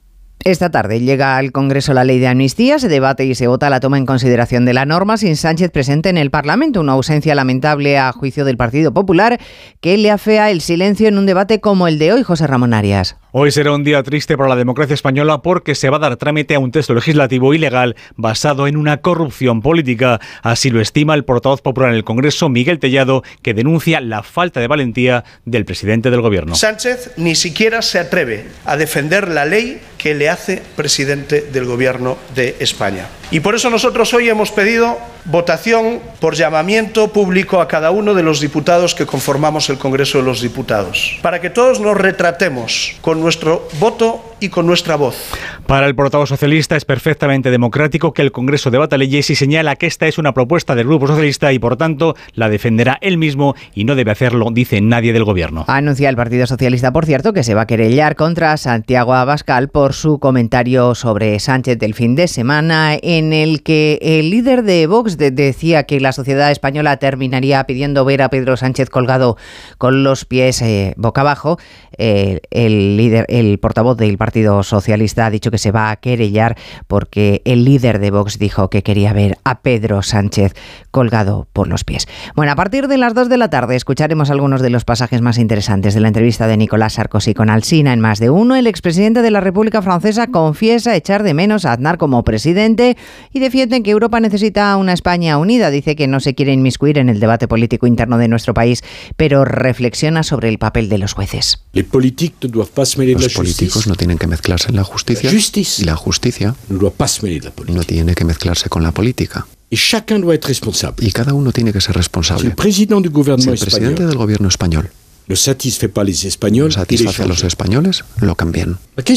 Esta tarde llega al Congreso la ley de amnistía, se debate y se vota la toma en consideración de la norma sin Sánchez presente en el Parlamento, una ausencia lamentable a juicio del Partido Popular que le afea el silencio en un debate como el de hoy. José Ramón Arias. Hoy será un día triste para la democracia española porque se va a dar trámite a un texto legislativo ilegal basado en una corrupción política. Así lo estima el portavoz popular en el Congreso, Miguel Tellado, que denuncia la falta de valentía del presidente del Gobierno. Sánchez ni siquiera se atreve a defender la ley que le hace presidente del Gobierno de España. Y por eso nosotros hoy hemos pedido votación por llamamiento público a cada uno de los diputados que conformamos el Congreso de los Diputados, para que todos nos retratemos con nuestro voto y con nuestra voz. Para el portavoz socialista es perfectamente democrático que el Congreso debata leyes y señala que esta es una propuesta del Grupo Socialista y por tanto la defenderá él mismo y no debe hacerlo, dice nadie del Gobierno. Anuncia el Partido Socialista, por cierto, que se va a querellar contra Santiago Abascal por su comentario sobre Sánchez del fin de semana, en el que el líder de Vox de- decía que la sociedad española terminaría pidiendo ver a Pedro Sánchez colgado con los pies eh, boca abajo. Eh, el líder, el portavoz del Partido Socialista ha dicho que se va a querellar porque el líder de Vox dijo que quería ver a Pedro Sánchez colgado por los pies. Bueno, a partir de las dos de la tarde escucharemos algunos de los pasajes más interesantes de la entrevista de Nicolás Sarkozy con Alsina en Más de Uno. El expresidente de la República Francesa confiesa echar de menos a Aznar como presidente y defiende que Europa necesita una España unida. Dice que no se quiere inmiscuir en el debate político interno de nuestro país, pero reflexiona sobre el papel de los jueces. Los políticos no tienen que mezclarse en la justicia y la justicia no tiene que mezclarse con la política. Y cada uno tiene que ser responsable. Si el presidente del gobierno español no satisface a los españoles, lo cambien.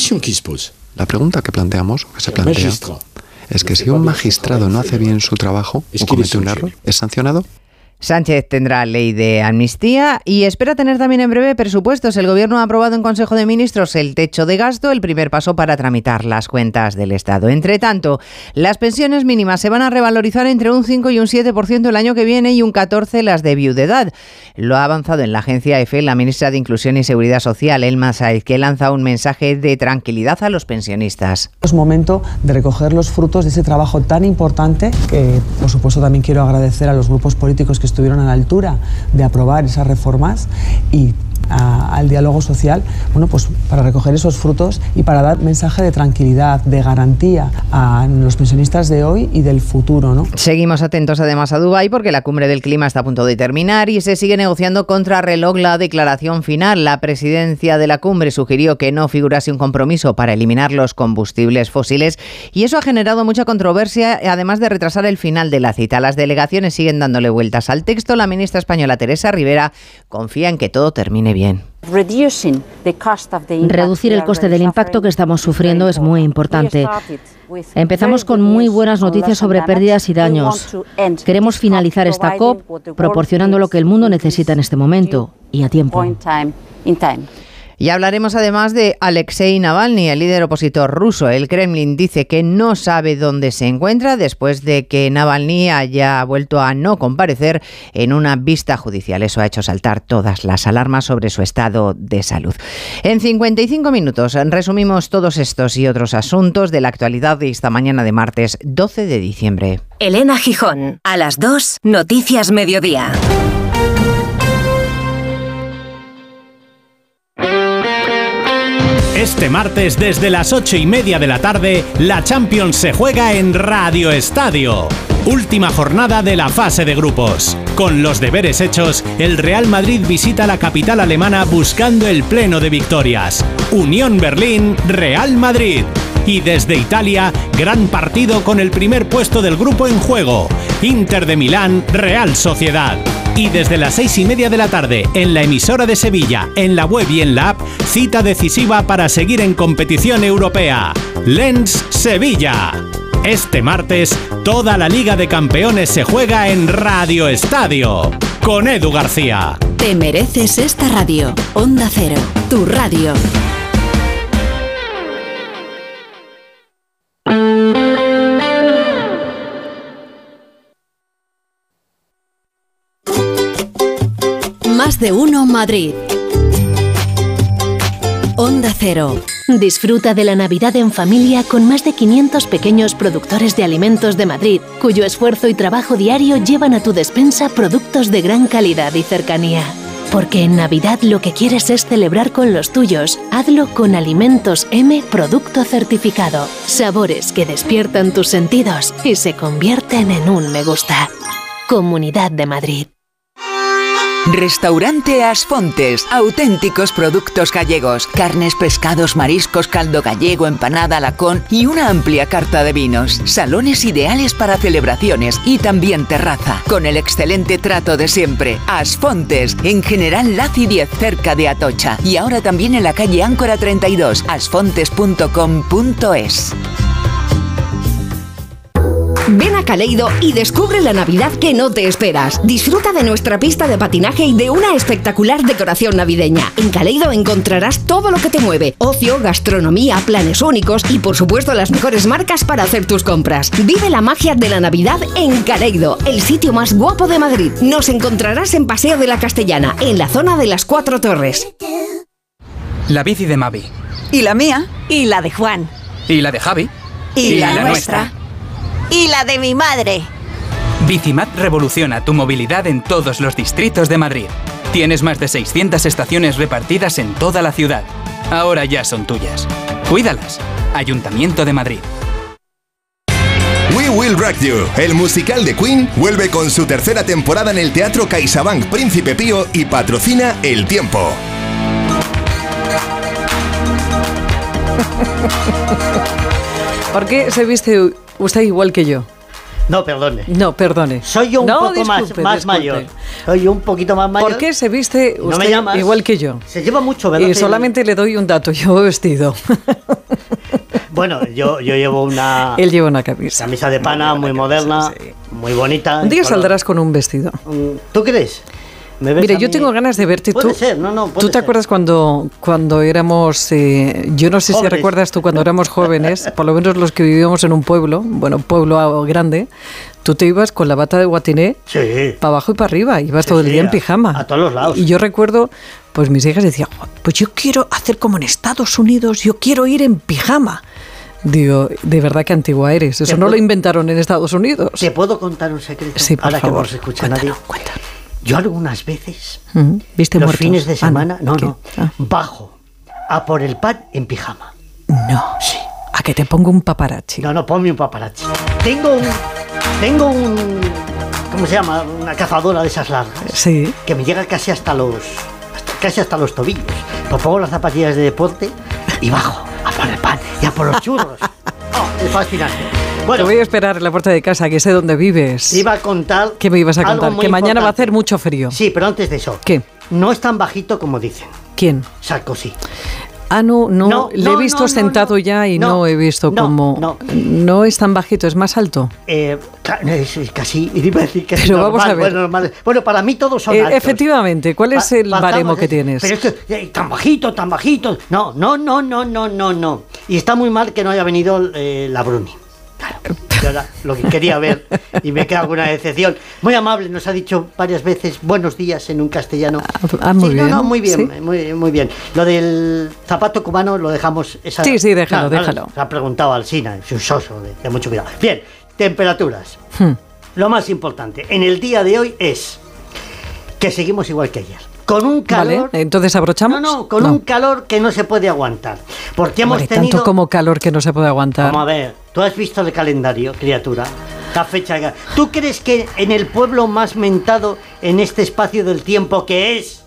La pregunta que planteamos, que se plantea, es que si un magistrado no hace bien su trabajo o comete un error, ¿es sancionado? Sánchez tendrá ley de amnistía y espera tener también en breve presupuestos. El Gobierno ha aprobado en Consejo de Ministros el techo de gasto, el primer paso para tramitar las cuentas del Estado. Entre tanto, las pensiones mínimas se van a revalorizar entre un cinco y un siete por ciento el año que viene y un catorce por ciento las de viudedad. Lo ha avanzado en la agencia EFE la ministra de Inclusión y Seguridad Social, Elma Sáez, que lanza un mensaje de tranquilidad a los pensionistas. Es momento de recoger los frutos de ese trabajo tan importante que, por supuesto, también quiero agradecer a los grupos políticos que estuvieron a la altura de aprobar esas reformas y a, al diálogo social, bueno, pues para recoger esos frutos y para dar mensaje de tranquilidad, de garantía a los pensionistas de hoy y del futuro, ¿no? Seguimos atentos además a Dubái porque la cumbre del clima está a punto de terminar y se sigue negociando contra reloj la declaración final. La presidencia de la cumbre sugirió que no figurase un compromiso para eliminar los combustibles fósiles y eso ha generado mucha controversia, además de retrasar el final de la cita. Las delegaciones siguen dándole vueltas al texto. La ministra española Teresa Rivera confía en que todo termine bien. Reducir el coste del impacto que estamos sufriendo es muy importante. Empezamos con muy buenas noticias sobre pérdidas y daños. Queremos finalizar esta COP proporcionando lo que el mundo necesita en este momento y a tiempo. Y hablaremos además de Alexei Navalny, el líder opositor ruso. El Kremlin dice que no sabe dónde se encuentra después de que Navalny haya vuelto a no comparecer en una vista judicial. Eso ha hecho saltar todas las alarmas sobre su estado de salud. En cincuenta y cinco minutos resumimos todos estos y otros asuntos de la actualidad de esta mañana de martes doce de diciembre. Elena Gijón, a las dos, Noticias Mediodía. Este martes, desde las ocho y media de la tarde, la Champions se juega en Radio Estadio. Última jornada de la fase de grupos. Con los deberes hechos, el Real Madrid visita la capital alemana buscando el pleno de victorias. Unión Berlín, Real Madrid. Y desde Italia, gran partido con el primer puesto del grupo en juego. Inter de Milán, Real Sociedad. Y desde las seis y media de la tarde, en la emisora de Sevilla, en la web y en la app, cita decisiva para seguir en competición europea. Lens Sevilla. Este martes, toda la Liga de Campeones se juega en Radio Estadio. Con Edu García. Te mereces esta radio. Onda Cero, tu radio. Más de Uno Madrid. Onda Cero. Disfruta de la Navidad en familia con más de quinientos pequeños productores de alimentos de Madrid, cuyo esfuerzo y trabajo diario llevan a tu despensa productos de gran calidad y cercanía. Porque en Navidad lo que quieres es celebrar con los tuyos. Hazlo con Alimentos M Producto Certificado. Sabores que despiertan tus sentidos y se convierten en un me gusta. Comunidad de Madrid. Restaurante Asfontes, auténticos productos gallegos, carnes, pescados, mariscos, caldo gallego, empanada, lacón y una amplia carta de vinos. Salones ideales para celebraciones y también terraza, con el excelente trato de siempre. Asfontes, en General Laci diez, cerca de Atocha, y ahora también en la calle Áncora treinta y dos, asfontes punto com punto es. Ven a Caleido y descubre la Navidad que no te esperas. Disfruta de nuestra pista de patinaje y de una espectacular decoración navideña. En Caleido encontrarás todo lo que te mueve: ocio, gastronomía, planes únicos y por supuesto las mejores marcas para hacer tus compras. Vive la magia de la Navidad en Caleido, el sitio más guapo de Madrid. Nos encontrarás en Paseo de la Castellana, en la zona de las Cuatro Torres. La bici de Mavi. Y la mía. Y la de Juan. Y la de Javi. Y, y la, la nuestra. nuestra. Y la de mi madre. Bicimat revoluciona tu movilidad en todos los distritos de Madrid. Tienes más de seiscientas estaciones repartidas en toda la ciudad. Ahora ya son tuyas. Cuídalas. Ayuntamiento de Madrid. We Will Rock You, el musical de Queen, vuelve con su tercera temporada en el Teatro CaixaBank Príncipe Pío y patrocina El Tiempo. ¿Por qué se viste usted igual que yo? No, perdone. No, perdone. Soy yo un no, poco disculpe, más, más disculpe. mayor. Soy yo un poquito más mayor. ¿Por qué se viste usted no me llamas. igual que yo? Se lleva mucho, ¿verdad? Y solamente le doy un dato, yo he vestido. Bueno, yo, yo llevo una... Él lleva una camisa. Camisa de pana, muy, muy moderna, camisa, sí. Muy bonita. Un día saldrás con un vestido. ¿Tú crees? Mira, yo tengo ganas de verte. Puede tú, ser, no, no, puede ¿Tú te ser. acuerdas cuando, cuando éramos, eh, yo no sé jóvenes. Si recuerdas tú cuando éramos jóvenes, por lo menos los que vivíamos en un pueblo, bueno, pueblo grande, tú te ibas con la bata de guatiné sí. para abajo y para arriba, ibas sí, todo el sí, día a, en pijama. A todos los lados. Y yo recuerdo, pues mis hijas decían, pues yo quiero hacer como en Estados Unidos, yo quiero ir en pijama. Digo, de verdad que antigua eres, eso no puedo, lo inventaron en Estados Unidos. ¿Te puedo contar un secreto? Sí, por Ahora favor. Que no se escucha cuéntalo, nadie. Cuéntalo. Yo algunas veces, uh-huh. ¿Viste los muertos? fines de semana, ah, no, no, no, ah. bajo a por el pan en pijama. No, sí. A que te pongo un paparazzi. No, no, ponme un paparazzi. Tengo un, tengo un, ¿cómo se llama? Una cazadora de esas largas. Sí. Que me llega casi hasta los, hasta, casi hasta los tobillos. Pues pongo las zapatillas de deporte y bajo a por el pan y a por los churros. Oh, es fascinante. Bueno, te voy a esperar en la puerta de casa, que sé dónde vives. Te iba a contar. ¿Qué me ibas a contar? Que mañana importante. Va a hacer mucho frío. Sí, pero antes de eso. ¿Qué? No es tan bajito como dicen. ¿Quién? Sarkozy. Ah, no, no, no le no, he visto no, sentado no, ya y no, no he visto no, cómo... No. no es tan bajito, es más alto. Eh, es casi, iba a decir que pero es normal, vamos a ver. Bueno, normal. Bueno, para mí todos son eh, altos. Efectivamente, ¿cuál es el pa baremo que tienes? Pero es que eh, tan bajito, tan bajito. No, no, no, no, no, no, no. Y está muy mal que no haya venido eh, la Bruni. Claro, yo era lo que quería ver y me queda alguna decepción. Muy amable, nos ha dicho varias veces buenos días en un castellano. Ah, muy sí, bien. No, no, muy bien, ¿Sí? muy, muy bien. Lo del zapato cubano lo dejamos. Esa, sí, sí, déjalo, no, déjalo. No, se ha preguntado al Sina, es un soso de, de mucho cuidado. Bien, temperaturas. Hmm. Lo más importante en el día de hoy es que seguimos igual que ayer. Con un calor... Vale, entonces abrochamos. No, no, con no. un calor que no se puede aguantar. Porque hemos Hombre, tenido... tanto como calor que no se puede aguantar. Vamos a ver, tú has visto el calendario, criatura. La fecha... ¿Tú crees que en el pueblo más mentado en este espacio del tiempo que es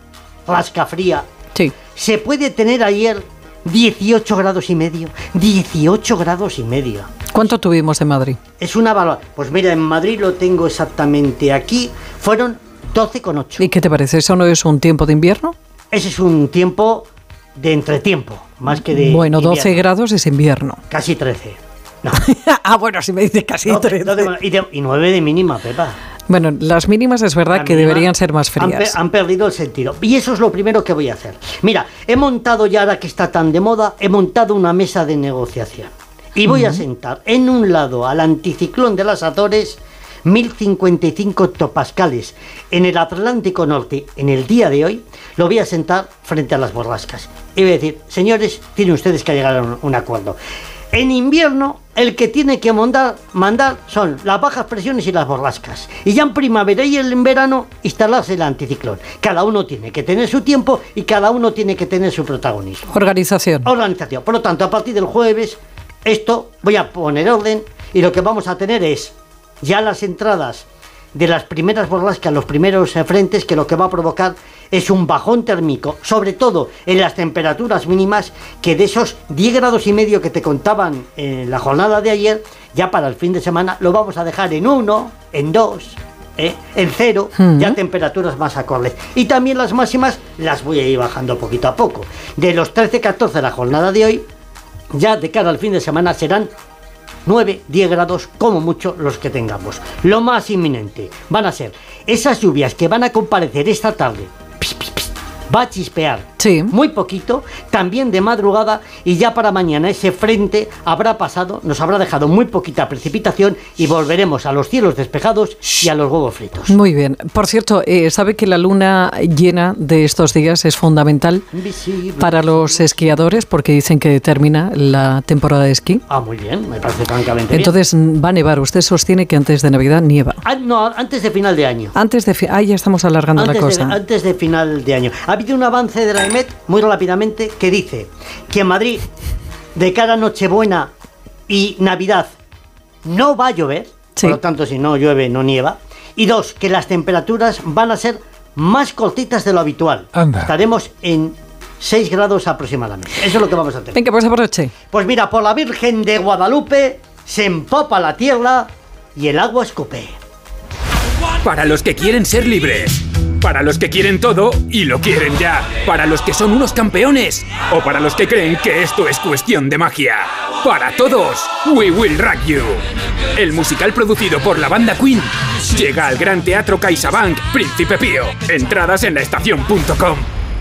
Rascafría, sí, se puede tener ayer dieciocho grados y medio? dieciocho grados y medio. ¿Cuánto tuvimos en Madrid? Es una valor. Pues mira, en Madrid lo tengo exactamente aquí. Fueron doce coma ocho. ¿Y qué te parece? ¿Eso no es un tiempo de invierno? Ese es un tiempo de entretiempo, más que de Bueno, invierno. doce grados es invierno. Casi trece. No. Ah, bueno, si me dices casi no, trece. No tengo, y, de, y nueve de mínima, Pepa. Bueno, las mínimas es verdad La que mínima deberían ser más frías. Han, pe han perdido el sentido. Y eso es lo primero que voy a hacer. Mira, he montado ya, ahora que está tan de moda, he montado una mesa de negociación. Y voy uh-huh. a sentar en un lado al anticiclón de las Azores, mil cincuenta y cinco hectopascales en el Atlántico Norte en el día de hoy, lo voy a sentar frente a las borrascas. Y voy a decir, señores, tienen ustedes que llegar a un, un acuerdo. En invierno, el que tiene que mandar, mandar son las bajas presiones y las borrascas. Y ya en primavera y en verano, instalarse el anticiclón. Cada uno tiene que tener su tiempo y cada uno tiene que tener su protagonismo. Organización. Organización. Por lo tanto, a partir del jueves, esto voy a poner orden y lo que vamos a tener es ya las entradas de las primeras borrascas, los primeros frentes, que lo que va a provocar es un bajón térmico, sobre todo en las temperaturas mínimas, que de esos diez grados y medio que te contaban en la jornada de ayer, ya para el fin de semana lo vamos a dejar en uno, en dos, ¿eh? en cero, uh-huh. ya temperaturas más acordes. Y también las máximas las voy a ir bajando poquito a poco. De los trece catorce de la jornada de hoy, ya de cara al fin de semana serán nueve, diez grados como mucho los que tengamos. Lo más inminente van a ser esas lluvias que van a comparecer esta tarde. Pis, pis, pis. Va a chispear sí. muy poquito, también de madrugada, y ya para mañana ese frente habrá pasado, nos habrá dejado muy poquita precipitación y volveremos a los cielos despejados y a los huevos fritos. Muy bien. Por cierto, eh, ¿sabe que la luna llena de estos días es fundamental visible, para los esquiadores? Porque dicen que termina la temporada de esquí. Ah, muy bien, me parece francamente Entonces bien. Va a nevar. Usted sostiene que antes de Navidad nieva. Ah, no, antes de final de año. Antes de... Fi- ah, ya estamos alargando antes la cosa. De, antes de final de año. Ha habido un avance de la E M E T muy rápidamente que dice que en Madrid, de cara a Nochebuena y Navidad, no va a llover, sí. por lo tanto, si no llueve, no nieva. Y dos, que las temperaturas van a ser más cortitas de lo habitual. Anda. Estaremos en seis grados aproximadamente. Eso es lo que vamos a tener. Venga, pues aproveche. Pues mira, por la Virgen de Guadalupe se empapa la tierra y el agua escupe. Para los que quieren ser libres. Para los que quieren todo y lo quieren ya. Para los que son unos campeones. O para los que creen que esto es cuestión de magia. Para todos, We Will Rock You. El musical producido por la banda Queen llega al Gran Teatro CaixaBank Príncipe Pío. Entradas en laestacion punto com.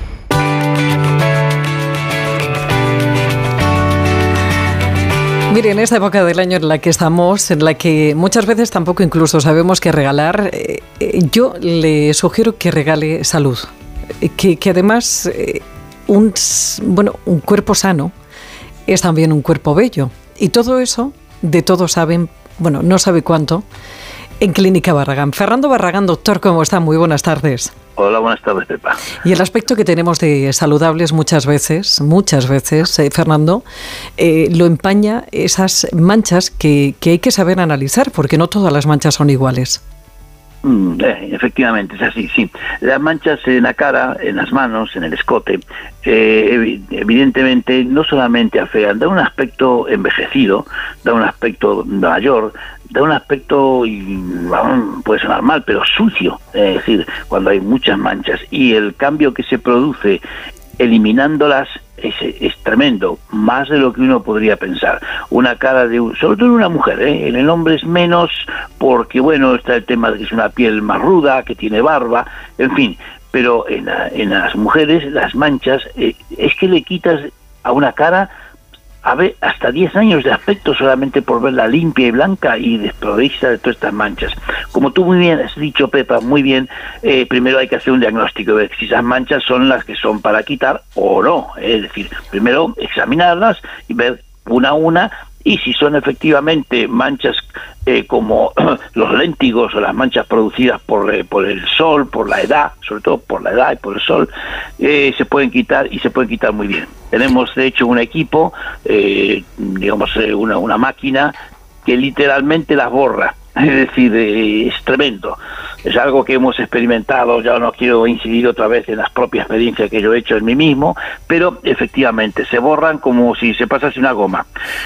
Mire, en esta época del año en la que estamos, en la que muchas veces tampoco incluso sabemos qué regalar, eh, yo le sugiero que regale salud. Que, que además eh, un, bueno, un cuerpo sano es también un cuerpo bello. Y todo eso, de todo saben, bueno, no sabe cuánto, en Clínica Barragán. Fernando Barragán, doctor, ¿cómo está? Muy buenas tardes. Hola, buenas tardes, Pepa. Y el aspecto que tenemos de saludables muchas veces, muchas veces, eh, Fernando, eh, lo empaña esas manchas que, que hay que saber analizar, porque no todas las manchas son iguales. Mm, eh, efectivamente, es así, sí. Las manchas en la cara, en las manos, en el escote, eh, evidentemente no solamente afean, da un aspecto envejecido, da un aspecto mayor, da un aspecto, puede sonar mal, pero sucio, es decir, cuando hay muchas manchas, y el cambio que se produce eliminándolas es, es tremendo, más de lo que uno podría pensar. Una cara de, un, sobre todo en una mujer, ¿eh? En el hombre es menos, porque bueno, está el tema de que es una piel más ruda, que tiene barba, en fin, pero en, la, en las mujeres las manchas, eh, es que le quitas a una cara a ver, hasta diez años de aspecto solamente por verla limpia y blanca y desprovista de todas estas manchas. Como tú muy bien has dicho, Pepa, muy bien, eh, primero hay que hacer un diagnóstico, ver si esas manchas son las que son para quitar o no. Es decir, primero examinarlas y ver una a una, y si son efectivamente manchas eh, como los léntigos o las manchas producidas por, eh, por el sol, por la edad, sobre todo por la edad y por el sol, eh, se pueden quitar y se pueden quitar muy bien. Tenemos de hecho un equipo, eh, digamos eh, una, una máquina que literalmente las borra. Es decir, eh, es tremendo. Es algo que hemos experimentado, ya no quiero incidir otra vez en las propias experiencias que yo he hecho en mí mismo, pero efectivamente se borran como si se pasase una goma.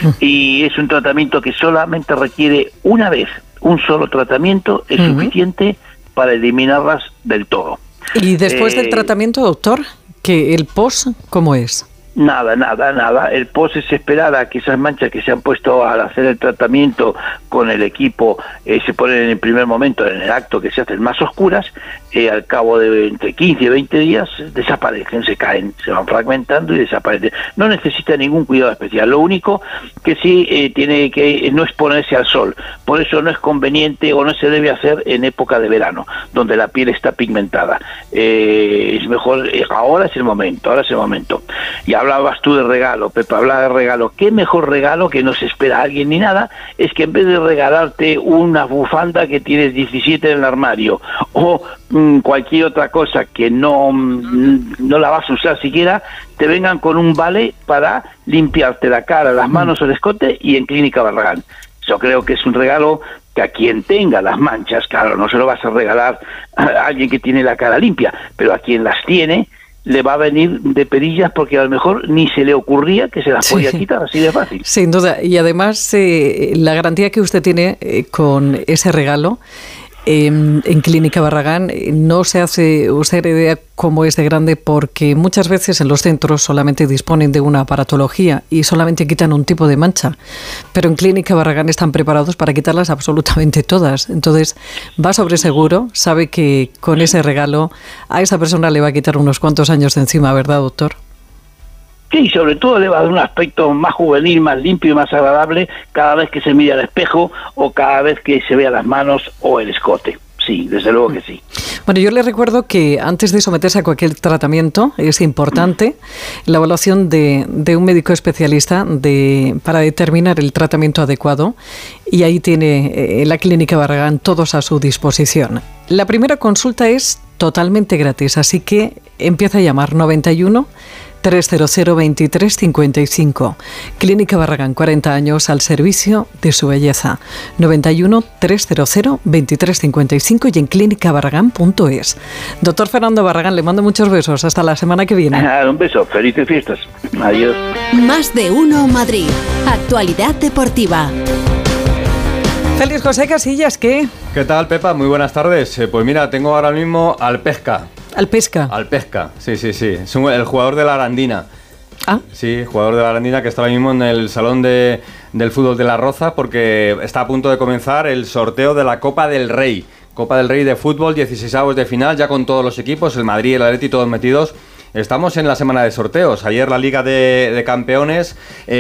Y es un tratamiento que solamente requiere una vez, un solo tratamiento es uh-huh. suficiente para eliminarlas del todo. Y después eh, del tratamiento, doctor, ¿que el post cómo es? Nada, nada, nada. El post es esperar a que esas manchas que se han puesto al hacer el tratamiento con el equipo eh, se ponen en el primer momento, en el acto que se hacen más oscuras, eh, al cabo de entre quince y veinte días desaparecen, se caen, se van fragmentando y desaparecen. No necesita ningún cuidado especial. Lo único que sí eh, tiene que no exponerse al sol. Por eso no es conveniente o no se debe hacer en época de verano, donde la piel está pigmentada. Eh, es mejor, eh, ahora es el momento, ahora es el momento. Y hablabas tú de regalo, Pepe, hablaba de regalo. ¿Qué mejor regalo que no se espera a alguien ni nada? Es que en vez de regalarte una bufanda que tienes diecisiete en el armario o mmm, cualquier otra cosa que no, mmm, no la vas a usar siquiera, te vengan con un vale para limpiarte la cara, las manos o el escote y en Clínica Barragán. Yo creo que es un regalo que a quien tenga las manchas, claro, no se lo vas a regalar a alguien que tiene la cara limpia, pero a quien las tiene le va a venir de perillas porque a lo mejor ni se le ocurría que se las sí. podía quitar así de fácil. Sin duda. Y además eh, la garantía que usted tiene eh, con ese regalo eh, en Clínica Barragán no se hace usted idea cómo es de grande, porque muchas veces en los centros solamente disponen de una aparatología y solamente quitan un tipo de mancha, pero en Clínica Barragán están preparados para quitarlas absolutamente todas. Entonces va sobre seguro, sabe que con ese regalo a esa persona le va a quitar unos cuantos años de encima, ¿verdad, doctor? Sí, sobre todo le va a dar un aspecto más juvenil, más limpio y más agradable cada vez que se mire al espejo o cada vez que se vea las manos o el escote. Sí, desde luego que sí. Bueno, yo le recuerdo que antes de someterse a cualquier tratamiento es importante la evaluación de, de un médico especialista de, para determinar el tratamiento adecuado, y ahí tiene eh, la Clínica Barragán todos a su disposición. La primera consulta es totalmente gratis, así que empieza a llamar noventa y uno, trescientos veintitrés cincuenta y cinco. Clínica Barragán, cuarenta años al servicio de su belleza. noventa y uno, trescientos veintitrés cincuenta y cinco y en clínica barragán punto es. Doctor Fernando Barragán, le mando muchos besos. Hasta la semana que viene. Un beso. Felices fiestas. Adiós. Más de uno Madrid. Actualidad deportiva. Félix José Casillas, ¿qué? ¿Qué tal, Pepa? Muy buenas tardes. Eh, pues mira, tengo ahora mismo al Pesca. ¿Al Pesca? Al Pesca, sí, sí, sí. Es un, el jugador de la Arandina. Ah. Sí, jugador de la Arandina que está ahora mismo en el Salón de, del Fútbol de La Roza, porque está a punto de comenzar el sorteo de la Copa del Rey. Copa del Rey de fútbol, dieciseisavos de final, ya con todos los equipos, el Madrid y el Atleti todos metidos. Estamos en la semana de sorteos. Ayer la Liga de, de Campeones,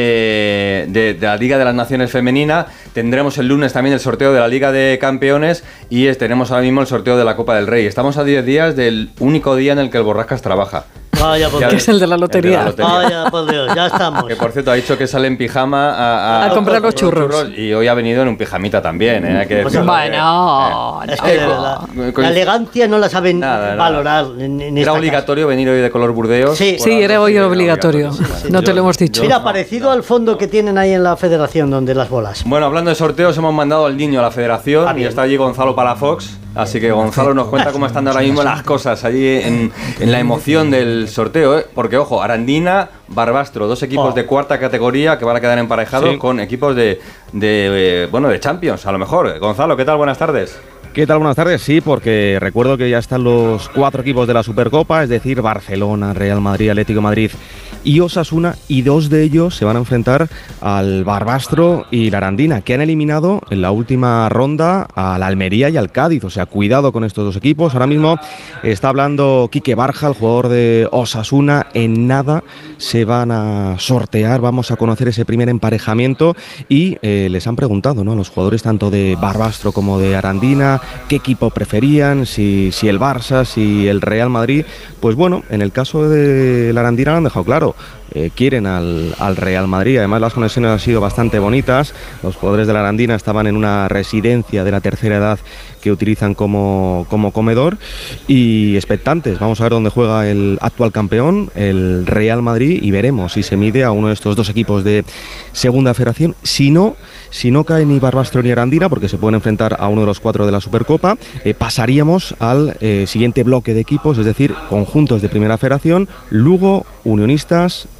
eh, de, de la Liga de las Naciones Femenina. Tendremos el lunes también el sorteo de la Liga de Campeones y es, tenemos ahora mismo el sorteo de la Copa del Rey. Estamos a diez días del único día en el que el Borrascas trabaja. Vaya, por que es el de la lotería. El de la lotería. Vaya, por Dios, ya estamos. Que por cierto ha dicho que sale en pijama a, a, a comprar los churros. churros. Y hoy ha venido en un pijamita también, ¿eh? Hay que pues bueno, eh, es que de verdad, la elegancia no la saben nada, valorar. Nada. En, en Era obligatorio casa. Venir hoy de color burdeos. Sí, sí era hoy obligatorio. obligatorio. Sí, sí. No yo, te lo hemos dicho. Mira, parecido al fondo que tienen ahí en la federación, donde las bolas. Bueno, hablando de sorteos, hemos mandado al niño a la federación ah, y está allí Gonzalo Palafox. Así que Gonzalo nos cuenta cómo están ahora mismo las cosas allí en, en la emoción del sorteo, ¿eh? Porque, ojo, Arandina, Barbastro, dos equipos oh. de cuarta categoría que van a quedar emparejados sí. con equipos de, de, eh, bueno, de Champions, a lo mejor. Gonzalo, ¿qué tal? Buenas tardes. ¿Qué tal? Buenas tardes. Sí, porque recuerdo que ya están los cuatro equipos de la Supercopa, es decir, Barcelona, Real Madrid, Atlético de Madrid y Osasuna, y dos de ellos se van a enfrentar al Barbastro y la Arandina, que han eliminado en la última ronda al Almería y al Cádiz. O sea, cuidado con estos dos equipos. Ahora mismo está hablando Quique Barja, el jugador de Osasuna. En nada se van a sortear, vamos a conocer ese primer emparejamiento y eh, les han preguntado, ¿no?, a los jugadores tanto de Barbastro como de Arandina qué equipo preferían, si, si el Barça, si el Real Madrid. Pues bueno, en el caso de la Arandina lo han dejado claro. Eh, quieren al, al Real Madrid. Además, las conexiones han sido bastante bonitas. Los jugadores de la Arandina estaban en una residencia de la tercera edad que utilizan como, como comedor, y expectantes. Vamos a ver dónde juega el actual campeón, el Real Madrid, y veremos si se mide a uno de estos dos equipos de segunda federación. Si no, si no cae ni Barbastro ni Arandina, porque se pueden enfrentar a uno de los cuatro de la Supercopa, eh, pasaríamos al eh, siguiente bloque de equipos, es decir, conjuntos de primera federación: Lugo, Unionistas,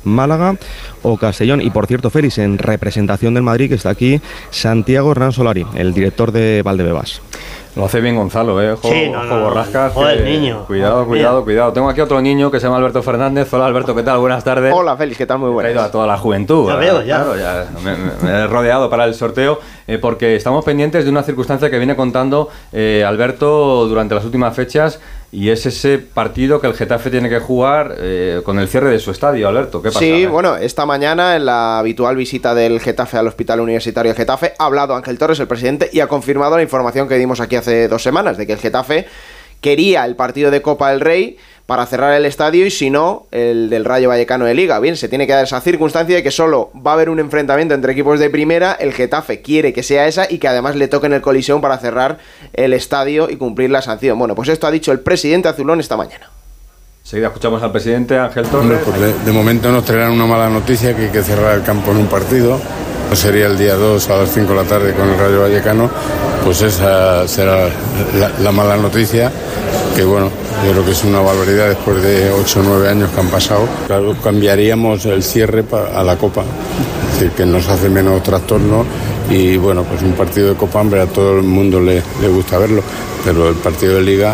Málaga o Castellón. Y por cierto, Félix, en representación del Madrid, que está aquí Santiago Hernán Solari, el director de Valdebebas. Lo hace bien Gonzalo, ¿eh? Ojo, sí, no, ojo no, Borrascas. Joder, niño. Cuidado, cuidado, Mira. cuidado. Tengo aquí otro niño que se llama Alberto Fernández. Hola, Alberto, ¿qué tal? Buenas tardes. Hola, Félix, ¿qué tal? Muy buenas. He traído a toda la juventud. Ya veo, ya. Claro, ya me, me he rodeado para el sorteo eh, porque estamos pendientes de una circunstancia que viene contando eh, Alberto durante las últimas fechas, y es ese partido que el Getafe tiene que jugar eh, con el cierre de su estadio. Alberto, ¿qué pasa? Sí, bueno, esta mañana en la habitual visita del Getafe al Hospital Universitario de Getafe ha hablado Ángel Torres, el presidente, y ha confirmado la información que dimos aquí hace dos semanas, de que el Getafe quería el partido de Copa del Rey para cerrar el estadio, y si no, el del Rayo Vallecano de Liga. Bien, se tiene que dar esa circunstancia de que solo va a haber un enfrentamiento entre equipos de primera. El Getafe quiere que sea esa y que además le toquen el colisión para cerrar el estadio y cumplir la sanción. Bueno, pues esto ha dicho el presidente azulón esta mañana. Enseguida escuchamos al presidente Ángel Torres. Bueno, pues de, de momento nos traerán una mala noticia, que hay que cerrar el campo en un partido. Sería el día dos a las cinco de la tarde con el Rayo Vallecano. Pues esa será la, la mala noticia, que bueno, yo creo que es una barbaridad después de ocho o nueve años que han pasado. Claro, cambiaríamos el cierre pa, a la Copa, es decir, que nos hace menos trastorno. Y bueno, pues un partido de Copa, hombre, a todo el mundo le, le gusta verlo, pero el partido de Liga...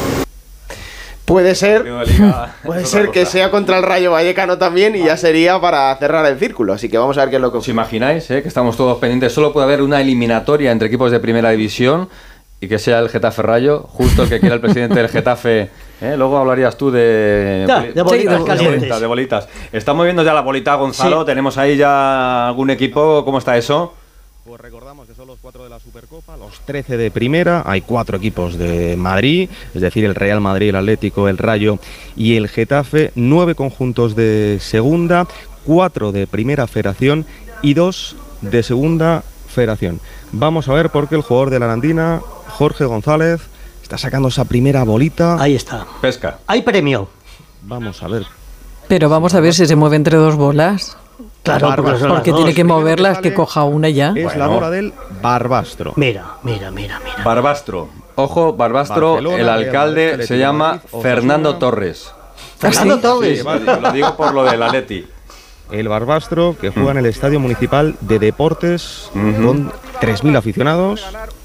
Puede ser, puede ser que sea contra el Rayo Vallecano también, y ya sería para cerrar el círculo. Así que vamos a ver qué es lo que... ¿Os imagináis, eh, que estamos todos pendientes? Solo puede haber una eliminatoria entre equipos de primera división y que sea el Getafe Rayo, justo el que quiera el presidente del Getafe. ¿eh? Luego hablarías tú de... Ya, de bolitas, sí, de, de, bolitas, de bolitas. Estamos viendo ya la bolita, Gonzalo. Sí. Tenemos ahí ya algún equipo. ¿Cómo está eso? Pues recordamos que son los cuatro de la Supercopa, los trece de primera, hay cuatro equipos de Madrid, es decir, el Real Madrid, el Atlético, el Rayo y el Getafe, nueve conjuntos de segunda, cuatro de primera federación y dos de segunda federación. Vamos a ver por qué el jugador de la Arandina, Jorge González, está sacando esa primera bolita. Ahí está. Pesca. Hay premio. Vamos a ver. Pero vamos a ver si se mueve entre dos bolas. Claro, porque, porque tiene que moverlas, que coja una ya. Es bueno. La bola del Barbastro. Mira, mira, mira, mira. Barbastro. Ojo, Barbastro, Barcelona, el alcalde Madrid, se llama Madrid, Fernando Torres. Fernando ¿Sí? Torres. Sí, vale, lo digo por lo del Atleti. El Barbastro, que juega mm. en el Estadio Municipal de Deportes, mm-hmm. con tres mil aficionados.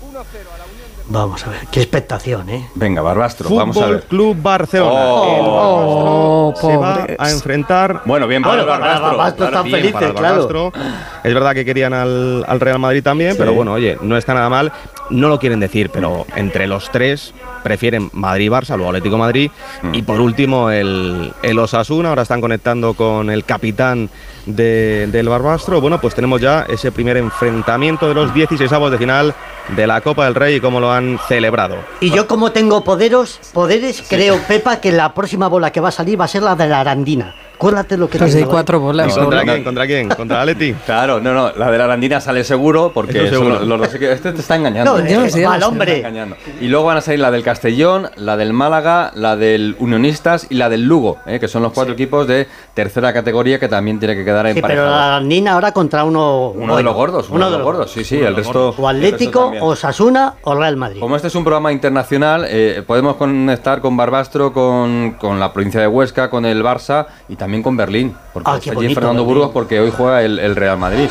Vamos a ver, qué expectación, ¿eh? Venga, Barbastro, Fútbol vamos a ver. Club Barcelona. Oh, el Barbastro oh, se va a enfrentar. Bueno, bien para bueno, el Barbastro. Para Barbastro están felices, para el Barbastro. Claro. Es verdad que querían al, al Real Madrid también, sí. pero bueno, oye, no está nada mal. No lo quieren decir, pero entre los tres prefieren Madrid-Barça, luego Atlético Madrid. Mm. Y por último, el, el Osasuna. Ahora están conectando con el capitán de, del Barbastro. Bueno, pues tenemos ya ese primer enfrentamiento de los dieciseisavos de final de la Copa del Rey y cómo lo han celebrado. Y yo, como tengo poderos, poderes, sí. creo, Pepa, que la próxima bola que va a salir va a ser la de la Arandina. Acuérdate lo que pues te digo. Hay cuatro bolas. ¿Y contra quién? ¿Contra quién? ¿Contra Atleti? Claro, no, no, la de la Arandina sale seguro porque seguro. Son los dos. Este te está engañando. No, es mal, hombre. Y luego van a salir la del Castellón, la del Málaga, la del Unionistas y la del Lugo, ¿eh? Que son los cuatro sí. equipos de tercera categoría que también tiene que quedar emparejados. Sí, pero la Arandina ahora contra uno. Uno bueno, de los gordos. Uno, uno de los gordos, sí, sí. El resto. O Atlético, o Osasuna, o Real Madrid. Como este es un programa internacional, eh, podemos conectar con Barbastro, con, con la provincia de Huesca, con el Barça y también con Berlín. Porque ah, está allí bonito, Fernando Burgos, porque hoy juega el, el Real Madrid.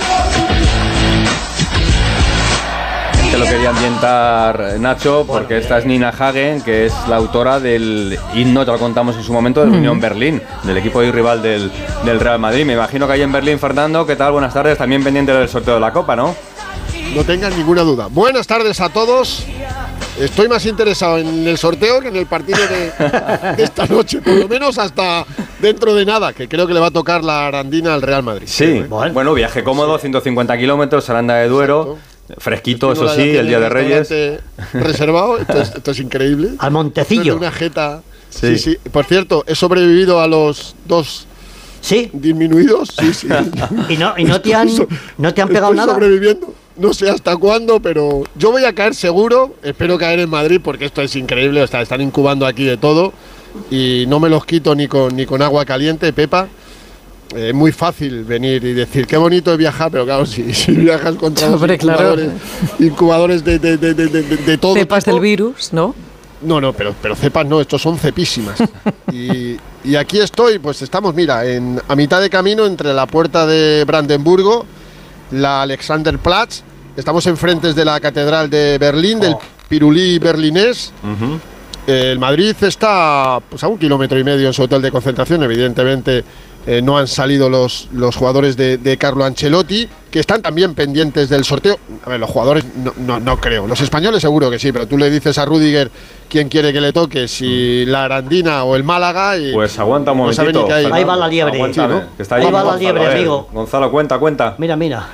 Te lo quería ambientar, Nacho, porque esta es Nina Hagen, que es la autora del himno, te lo contamos en su momento, del mm. Unión Berlín, del equipo y rival del, del Real Madrid. Me imagino que ahí en Berlín, Fernando, ¿qué tal? Buenas tardes, también pendiente del sorteo de la Copa, ¿no? No tengan ninguna duda. Buenas tardes a todos. Estoy más interesado en el sorteo que en el partido de, de esta noche, por lo menos hasta dentro de nada, que creo que le va a tocar la Arandina al Real Madrid. Sí, bueno, bueno viaje cómodo, ciento cincuenta kilómetros, Aranda de Duero, exacto. Fresquito, eso sí, el día de Reyes. Reservado, esto es, esto es increíble. Al Montecillo. Una jeta. Sí. sí, sí. Por cierto, he sobrevivido a los dos ¿Sí? disminuidos. Sí, sí. ¿Y no, y no te han, no te han pegado estoy nada? Sobreviviendo. No sé hasta cuándo, pero yo voy a caer seguro. Espero caer en Madrid porque esto es increíble. O sea, están incubando aquí de todo y no me los quito ni con, ni con agua caliente, Pepa. Es eh, muy fácil venir y decir qué bonito es viajar, pero claro, si, si viajas contra los incubadores, claro. incubadores de, de, de, de, de, de todo Pepas tipo, del virus, ¿no? No, no, pero, pero cepas no, estos son cepísimas. y, y aquí estoy, pues estamos, mira, en, a mitad de camino entre la puerta de Brandenburgo, la Alexanderplatz, estamos enfrente de la Catedral de Berlín, del Pirulí berlinés. Uh-huh. El Madrid está pues, a un kilómetro y medio en su hotel de concentración. Evidentemente eh, no han salido los, los jugadores de, de Carlo Ancelotti, que están también pendientes del sorteo. A ver, los jugadores no, no, no creo. Los españoles seguro que sí, pero tú le dices a Rüdiger quién quiere que le toque, si la Arandina o el Málaga. Y pues aguanta un momentito. No ahí. ahí va la liebre. Sí, ¿no? Que está ahí, ahí va Gonzalo, la liebre, amigo. Gonzalo, cuenta, cuenta. Mira, mira.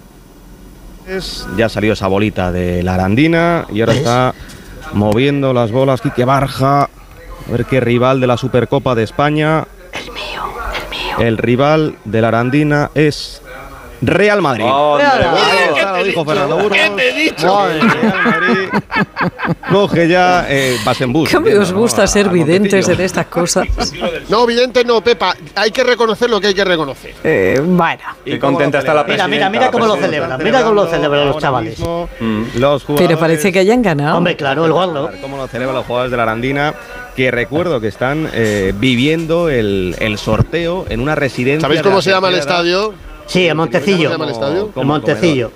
Ya salió esa bolita de la Arandina y ahora ¿ves? Está moviendo las bolas Quique Barja. A ver qué rival de la Supercopa de España. El mío, el mío. El rival de la Arandina es Real Madrid. Oh, lo dijo Fernando Burgos. ¿Qué te he dicho? Real Madrid coge ya eh, Basenbus. ¿Qué me os gusta no, ser videntes en estas cosas? No, videntes no, Pepa. Hay que reconocer lo que hay que reconocer. Eh, bueno. Y contenta está la presidenta. Mira, mira, mira cómo lo celebran. Mira cómo lo celebran los chavales. Mm. Los Pero parece que hayan ganado. Hombre, claro, el gordo. Cómo lo celebran los jugadores de la Arandina, que recuerdo que están eh, viviendo el, el sorteo en una residencia. ¿Sabéis cómo se llama el estadio? Sí, en Montecillo. ¿Cómo se llama el estadio? En Montecillo.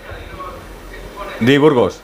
Di Burgos.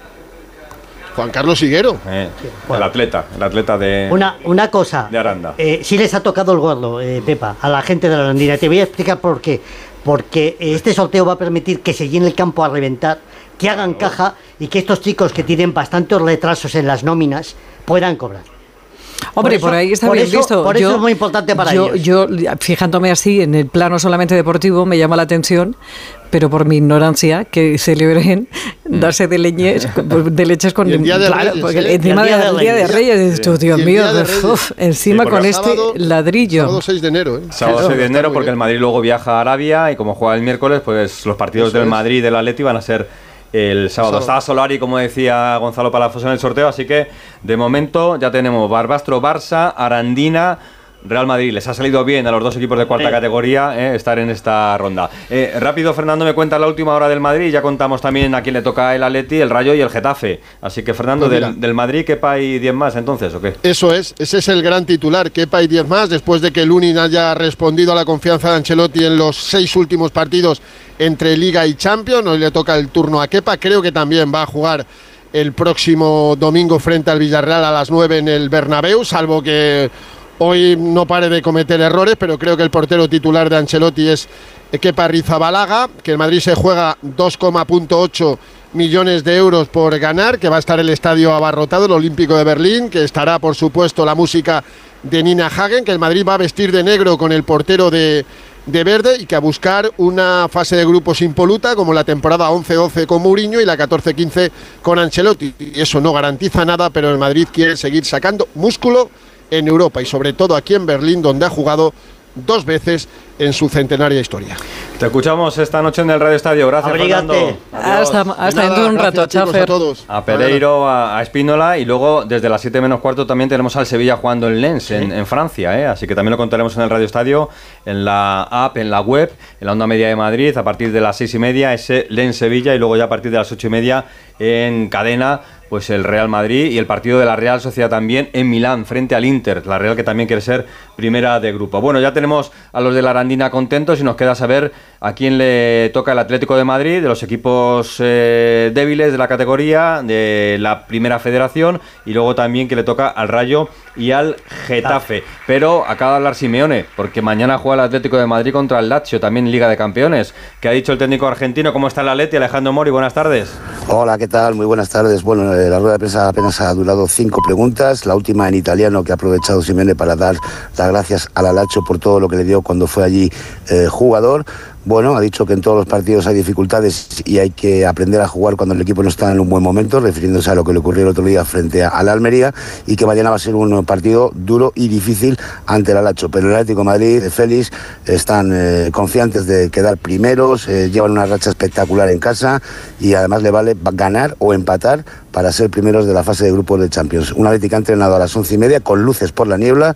Juan Carlos Higuero. Eh, el atleta, el atleta de. Una, una cosa. De Aranda. Eh, sí les ha tocado el gordo, eh, Pepa, a la gente de la Arandina. Te voy a explicar por qué. Porque este sorteo va a permitir que se llene el campo a reventar, que hagan caja y que estos chicos que tienen bastantes retrasos en las nóminas puedan cobrar. Hombre, por, eso, por ahí está por bien eso, visto. Por yo, eso es muy importante para yo, ellos. Yo, fijándome así, en el plano solamente deportivo, me llama la atención, pero por mi ignorancia, que celebren mm. darse de leñes, de leches con... El día de claro, Reyes, porque ¿eh? encima del de día de Reyes, sí. Dios sí. mío, de uf, encima sí, con este sábado, ladrillo. Sábado seis de enero. ¿eh? Sábado claro, seis de enero, porque bien. el Madrid luego viaja a Arabia y como juega el miércoles, pues los partidos Eso del es. Madrid y del Atleti van a ser... El sábado. Estaba Solari, como decía Gonzalo Palafox en el sorteo, así que de momento ya tenemos Barbastro, Barça, Arandina, Real Madrid. Les ha salido bien a los dos equipos de cuarta sí. categoría eh, estar en esta ronda. Eh, rápido, Fernando, me cuenta la última hora del Madrid. Ya contamos también a quién le toca el Atleti, el Rayo y el Getafe. Así que, Fernando, pues del, del Madrid, ¿Kepa y diez más entonces o qué? Eso es, ese es el gran titular, Kepa y diez más, después de que Lunin haya respondido a la confianza de Ancelotti en los seis últimos partidos entre Liga y Champions. Hoy le toca el turno a Kepa. Creo que también va a jugar el próximo domingo frente al Villarreal a las nueve en el Bernabéu, salvo que hoy no pare de cometer errores, pero creo que el portero titular de Ancelotti es Kepa Arrizabalaga, que el Madrid se juega dos coma ocho millones de euros por ganar, que va a estar el estadio abarrotado, el Olímpico de Berlín, que estará por supuesto la música de Nina Hagen, que el Madrid va a vestir de negro con el portero de, de verde y que a buscar una fase de grupos impoluta como la temporada once doce con Mourinho y la catorce quince con Ancelotti. Y eso no garantiza nada, pero el Madrid quiere seguir sacando músculo en Europa y sobre todo aquí en Berlín, donde ha jugado dos veces en su centenaria historia. Te escuchamos esta noche en el Radio Estadio. Gracias, Abrígate. Fernando. Hasta, hasta dentro de un rato, chao, a todos. A Pereiro, a, a Espínola y luego desde las siete menos cuarto también tenemos al Sevilla jugando en Lens, sí. en, en Francia, ¿eh? Así que también lo contaremos en el Radio Estadio, en la app, en la web, en la Onda Media de Madrid, a partir de las seis y media ese Lens Sevilla y luego ya a partir de las ocho y media en cadena pues el Real Madrid y el partido de la Real Sociedad también en Milán frente al Inter, la Real que también quiere ser primera de grupo. Bueno, ya tenemos a los de la Arandina contentos y nos queda saber a quién le toca el Atlético de Madrid, de los equipos eh, débiles de la categoría, de la primera federación y luego también que le toca al Rayo y al Getafe. Pero acaba de hablar Simeone, porque mañana juega el Atlético de Madrid contra el Lazio, también en Liga de Campeones. ¿Qué ha dicho el técnico argentino? ¿Cómo está el Atleti? Alejandro Mori, buenas tardes. Hola, ¿qué tal? Muy buenas tardes. Bueno, eh, la rueda de prensa apenas ha durado cinco preguntas, la última en italiano que ha aprovechado Simeone para dar las gracias al Lazio por todo lo que le dio cuando fue allí eh, jugador. Bueno, ha dicho que en todos los partidos hay dificultades y hay que aprender a jugar cuando el equipo no está en un buen momento, refiriéndose a lo que le ocurrió el otro día frente a la Almería, y que mañana va a ser un partido duro y difícil ante el Lazio. Pero el Atlético de Madrid, Félix, están eh, confiantes de quedar primeros, eh, llevan una racha espectacular en casa y además le vale ganar o empatar para ser primeros de la fase de grupos de Champions. Un Atlético entrenado a las once y media con luces por la niebla,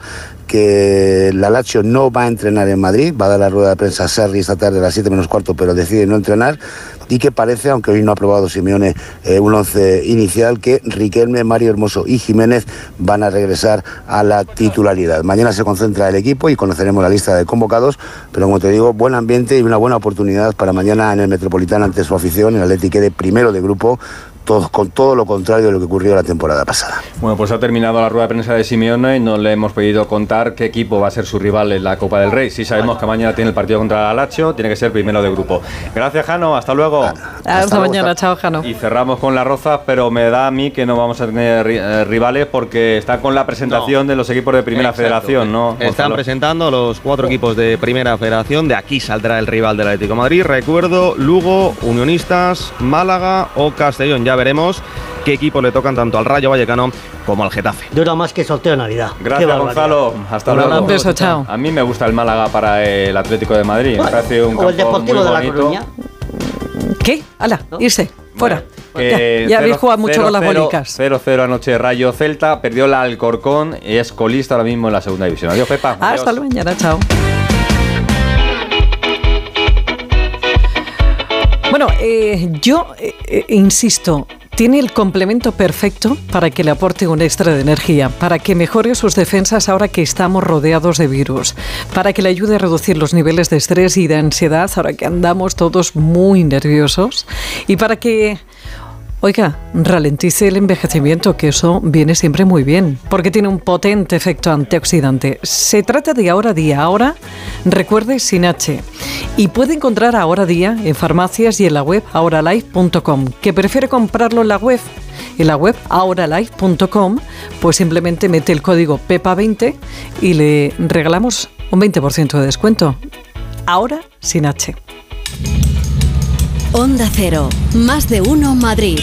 que la Lazio no va a entrenar en Madrid, va a dar la rueda de prensa a Sarri esta tarde a las siete menos cuarto, pero decide no entrenar. y que parece, aunque hoy no ha aprobado Simeone eh, un once inicial, que Riquelme, Mario Hermoso y Jiménez van a regresar a la titularidad. Mañana se concentra el equipo y conoceremos la lista de convocados, pero como te digo, buen ambiente y una buena oportunidad para mañana en el Metropolitano ante su afición. El Atleti quede primero de grupo, todo, con todo lo contrario de lo que ocurrió la temporada pasada. Bueno, pues ha terminado la rueda de prensa de Simeone y no le hemos podido contar qué equipo va a ser su rival en la Copa del Rey. Sí sabemos que mañana tiene el partido contra el Lazio, tiene que ser primero de grupo. Gracias, Jano, hasta luego. Hasta, hasta mañana, chao, Jano. Y cerramos con las Rozas, pero me da a mí que no vamos a tener eh, rivales porque está con la presentación no. de los equipos de Primera Exacto. Federación, ¿no? Están Gonzalo. presentando los cuatro equipos de Primera Federación, de aquí saldrá el rival del Atlético de Madrid. Recuerdo, Lugo, Unionistas, Málaga o Castellón, ya veremos qué equipo le tocan tanto al Rayo Vallecano como al Getafe. Dura más que sorteo de Navidad. Gracias, Gonzalo. Hasta un luego. Un beso, chao. A mí me gusta el Málaga para el Atlético de Madrid. Me parece un o el Deportivo muy de bonito. La Coruña. ¿Qué? Hala, ¿no? Irse, fuera. Bueno, ya ya habéis jugado mucho con las bolicas. cero cero anoche Rayo Celta, perdió la Alcorcón y es colista ahora mismo en la segunda división. Adiós, Pepa. Hasta Adiós. mañana, chao. Bueno, eh, yo eh, insisto, tiene el complemento perfecto para que le aporte un extra de energía, para que mejore sus defensas ahora que estamos rodeados de virus, para que le ayude a reducir los niveles de estrés y de ansiedad ahora que andamos todos muy nerviosos y para que, oiga, ralentice el envejecimiento, que eso viene siempre muy bien, porque tiene un potente efecto antioxidante. Se trata de Ahora Día. Ahora, recuerde, sin H. Y puede encontrar Ahora Día en farmacias y en la web ahora life punto com. ¿Que prefiere comprarlo en la web? En la web ahora life punto com, pues simplemente mete el código Pepa veinte y le regalamos un veinte por ciento de descuento. Ahora, sin H. Onda Cero, más de uno Madrid.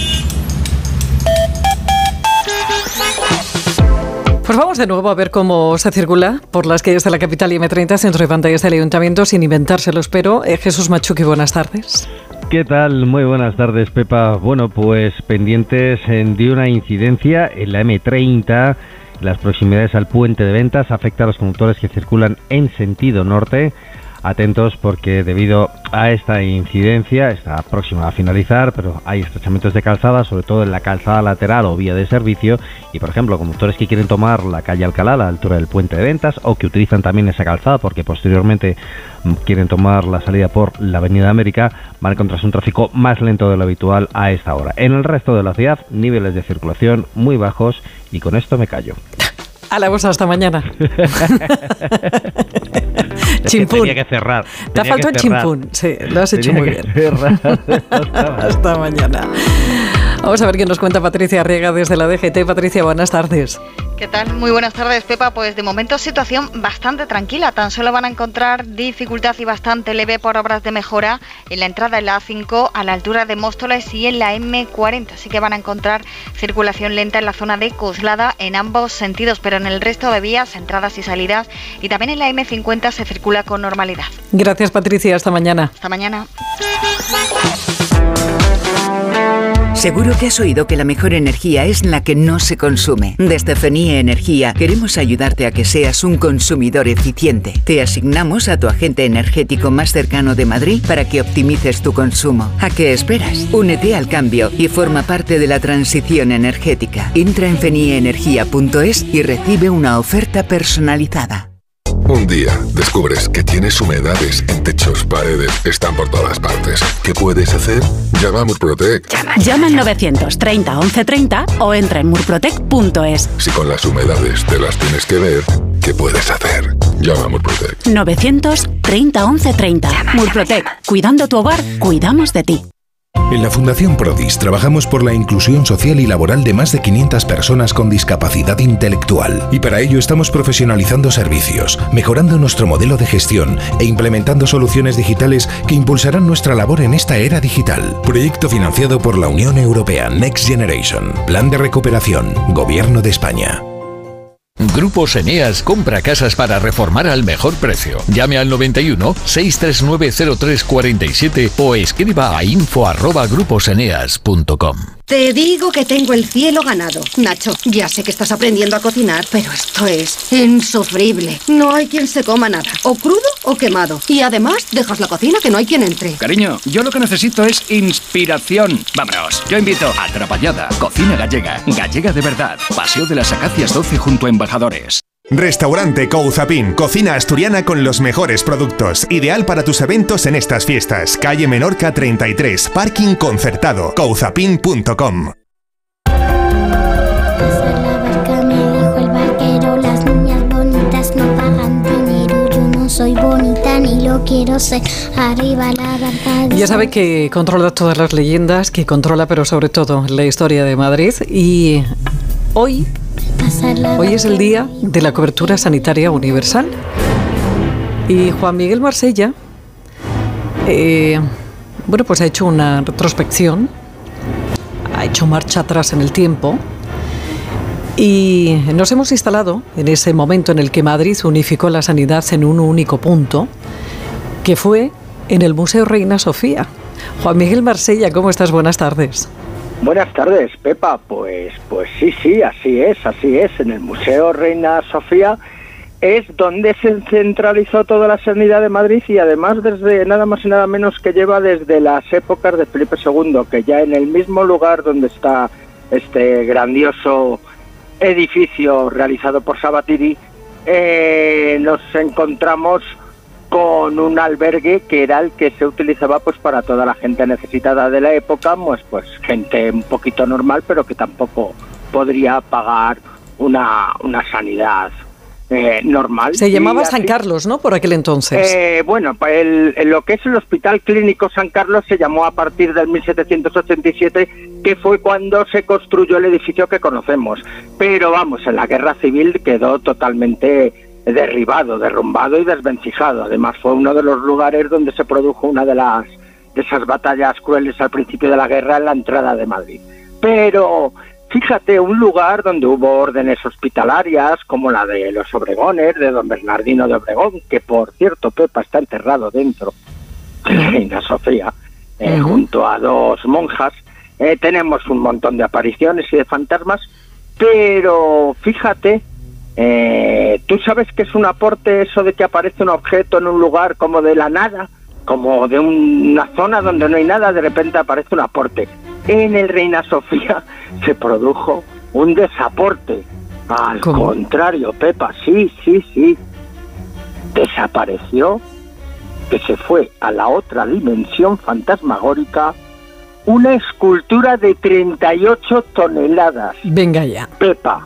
Pues vamos de nuevo a ver cómo se circula por las calles de la capital y eme treinta, centro de pantallas del Ayuntamiento, sin inventárselo, espero. Eh, Jesús Machuqui, buenas tardes. ¿Qué tal? Muy buenas tardes, Pepa. Bueno, pues pendientes de una incidencia en la eme treinta, las proximidades al puente de Ventas, afecta a los conductores que circulan en sentido norte. Atentos porque debido a esta incidencia, está próxima a finalizar, pero hay estrechamientos de calzada, sobre todo en la calzada lateral o vía de servicio, y por ejemplo, conductores que quieren tomar la calle Alcalá a la altura del puente de Ventas, o que utilizan también esa calzada porque posteriormente quieren tomar la salida por la avenida América, van a encontrarse un tráfico más lento de lo habitual a esta hora. En el resto de la ciudad, niveles de circulación muy bajos, y con esto me callo. A la voz, hasta mañana. Chimpún. Tenía que cerrar. Te ha faltado el chimpún. Sí, lo has hecho muy bien. Hasta mañana. Vamos a ver qué nos cuenta Patricia Arriaga desde la D G T. Patricia, buenas tardes. ¿Qué tal? Muy buenas tardes, Pepa. Pues de momento situación bastante tranquila. Tan solo van a encontrar dificultad y bastante leve por obras de mejora en la entrada en la A cinco a la altura de Móstoles y en la eme cuarenta. Así que van a encontrar circulación lenta en la zona de Coslada en ambos sentidos, pero en el resto de vías, entradas y salidas, y también en la eme cincuenta se circula con normalidad. Gracias, Patricia. Hasta mañana. Hasta mañana. Seguro que has oído que la mejor energía es la que no se consume. Desde Fenie Energía queremos ayudarte a que seas un consumidor eficiente. Te asignamos a tu agente energético más cercano de Madrid para que optimices tu consumo. ¿A qué esperas? Únete al cambio y forma parte de la transición energética. Entra en fenie energía punto es y recibe una oferta personalizada. Un día descubres que tienes humedades en techos, paredes, están por todas partes. ¿Qué puedes hacer? Llama a Murprotec. Llama, Llama al novecientos treinta once treinta o entra en murprotec punto es. Si con las humedades te las tienes que ver, ¿qué puedes hacer? Llama a Murprotec. novecientos treinta once treinta. Llama, Murprotec. Llama, llama. Cuidando tu hogar, cuidamos de ti. En la Fundación Prodis trabajamos por la inclusión social y laboral de más de quinientas personas con discapacidad intelectual. Y para ello estamos profesionalizando servicios, mejorando nuestro modelo de gestión e implementando soluciones digitales que impulsarán nuestra labor en esta era digital. Proyecto financiado por la Unión Europea Next Generation. Plan de recuperación. Gobierno de España. Grupos Eneas compra casas para reformar al mejor precio. Llame al noventa y uno, seiscientos treinta y nueve, cero tres cuarenta y siete o escriba a info arroba gruposeneas punto com. Te digo que tengo el cielo ganado. Nacho, ya sé que estás aprendiendo a cocinar, pero esto es insufrible. No hay quien se coma nada, o crudo o quemado. Y además, dejas la cocina que no hay quien entre. Cariño, yo lo que necesito es inspiración. Vámonos, yo invito a Atrapallada, cocina gallega, gallega de verdad. Paseo de las Acacias doce junto a Embajadores. Restaurante Couzapin, cocina asturiana con los mejores productos. Ideal para tus eventos en estas fiestas. Calle Menorca treinta y tres, parking concertado. couzapin punto com. Soy bonita ni lo quiero ser. Arriba la verdad. Ya sabe que controla todas las leyendas, que controla, pero sobre todo la historia de Madrid. Y hoy, hoy es el día de la cobertura sanitaria universal. Y Juan Miguel Marsella, eh, bueno, pues ha hecho una retrospección, ha hecho marcha atrás en el tiempo. Y nos hemos instalado en ese momento en el que Madrid unificó la sanidad en un único punto, que fue en el Museo Reina Sofía. Juan Miguel Marsella, ¿cómo estás? Buenas tardes. Buenas tardes, Pepa. Pues, pues sí, sí, así es, así es. En el Museo Reina Sofía es donde se centralizó toda la sanidad de Madrid y además desde nada más y nada menos que lleva desde las épocas de Felipe segundo, que ya en el mismo lugar donde está este grandioso edificio realizado por Sabatini, eh, nos encontramos con un albergue que era el que se utilizaba pues para toda la gente necesitada de la época, pues, pues gente un poquito normal, pero que tampoco podría pagar una, una sanidad eh, normal. Se llamaba así, San Carlos, ¿no?, por aquel entonces. Eh, bueno, pues el, el, lo que es el Hospital Clínico San Carlos se llamó a partir del mil setecientos ochenta y siete, que fue cuando se construyó el edificio que conocemos. Pero vamos, en la guerra civil quedó totalmente derribado, derrumbado y desvencijado. Además fue uno de los lugares donde se produjo una de las de esas batallas crueles al principio de la guerra en la entrada de Madrid. Pero fíjate, un lugar donde hubo órdenes hospitalarias como la de los Obregones, de don Bernardino de Obregón, que por cierto, Pepa, está enterrado dentro de la Reina Sofía, eh, uh-huh. junto a dos monjas. Eh, tenemos un montón de apariciones y de fantasmas, pero fíjate, eh, ¿tú sabes qué es un aporte, eso de que aparece un objeto en un lugar como de la nada? Como de un, una zona donde no hay nada, de repente aparece un aporte. En el Reina Sofía se produjo un desaporte. Al ¿Cómo? Contrario, Pepa, sí, sí, sí. Desapareció, que se fue a la otra dimensión fantasmagórica, una escultura de treinta y ocho toneladas. Venga ya. Pepa.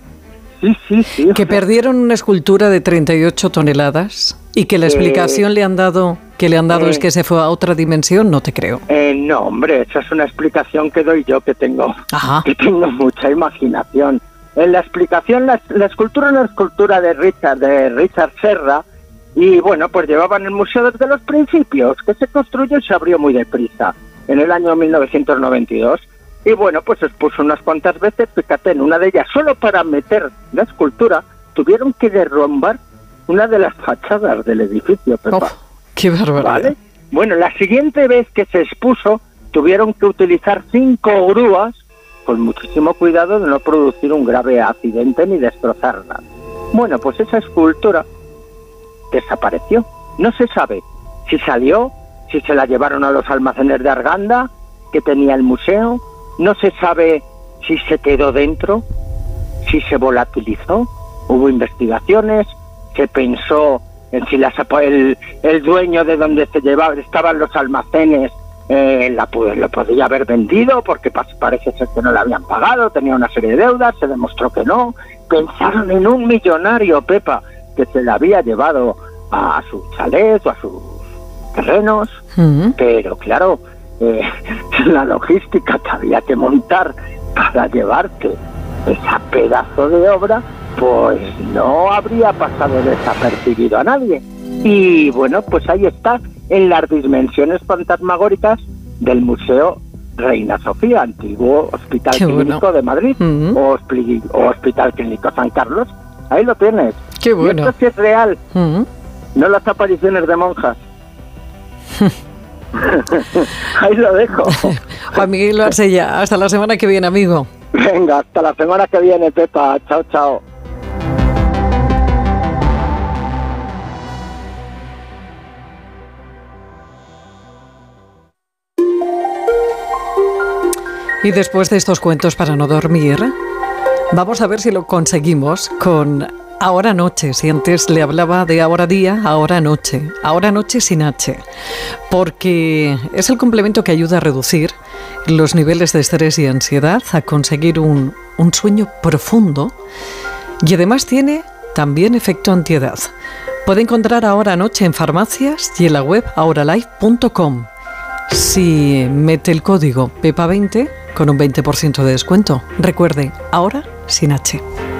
Sí, sí, sí. Que perdieron una escultura de treinta y ocho toneladas y que la explicación eh, le han dado, que le han dado eh, es que se fue a otra dimensión, no te creo. Eh, no, hombre, esa es una explicación que doy yo, que tengo, Ajá. que tengo mucha imaginación. En la explicación, la, la escultura es una escultura de Richard, de Richard Serra, y bueno, pues llevaban el museo desde los principios, que se construyó y se abrió muy deprisa, en el año mil novecientos noventa y dos. Y bueno, pues se expuso unas cuantas veces, fíjate, en una de ellas, solo para meter la escultura, tuvieron que derrumbar una de las fachadas del edificio, Pepa. Oh, ¡qué barbaridad! ¿Vale? Bueno, la siguiente vez que se expuso, tuvieron que utilizar cinco grúas, con muchísimo cuidado de no producir un grave accidente ni destrozar nada. Bueno, pues esa escultura desapareció. No se sabe si salió, si se la llevaron a los almacenes de Arganda, que tenía el museo. No se sabe si se quedó dentro, si se volatilizó. Hubo investigaciones, se pensó en si la, el, el dueño de donde se llevaba, estaban los almacenes, eh, la, lo podía haber vendido porque parece ser que no le habían pagado, tenía una serie de deudas, se demostró que no. Pensaron en un millonario, Pepa, que se la había llevado a su chalet o a sus terrenos, uh-huh. pero claro, eh, la logística que había que montar para llevarte esa pedazo de obra, pues no habría pasado desapercibido a nadie. Y bueno, pues ahí está, en las dimensiones fantasmagóricas del Museo Reina Sofía, antiguo Hospital Qué Clínico bueno. de Madrid, uh-huh. o, o Hospital Clínico San Carlos. Ahí lo tienes. Qué bueno. Y esto sí es real, uh-huh. no las apariciones de monjas. Ahí lo dejo. Juan Miguel Marsella, hasta la semana que viene, amigo. Venga, hasta la semana que viene, Pepa. Chao, chao. Y después de estos cuentos para no dormir, vamos a ver si lo conseguimos con ahora noche. Si antes le hablaba de ahora día, ahora noche. Ahora noche sin H. Porque es el complemento que ayuda a reducir los niveles de estrés y ansiedad, a conseguir un, un sueño profundo. Y además tiene también efecto antiedad. Puede encontrar ahora noche en farmacias y en la web ahoralife punto com. Si mete el código Pepa veinte con un veinte por ciento de descuento. Recuerde, ahora sin H.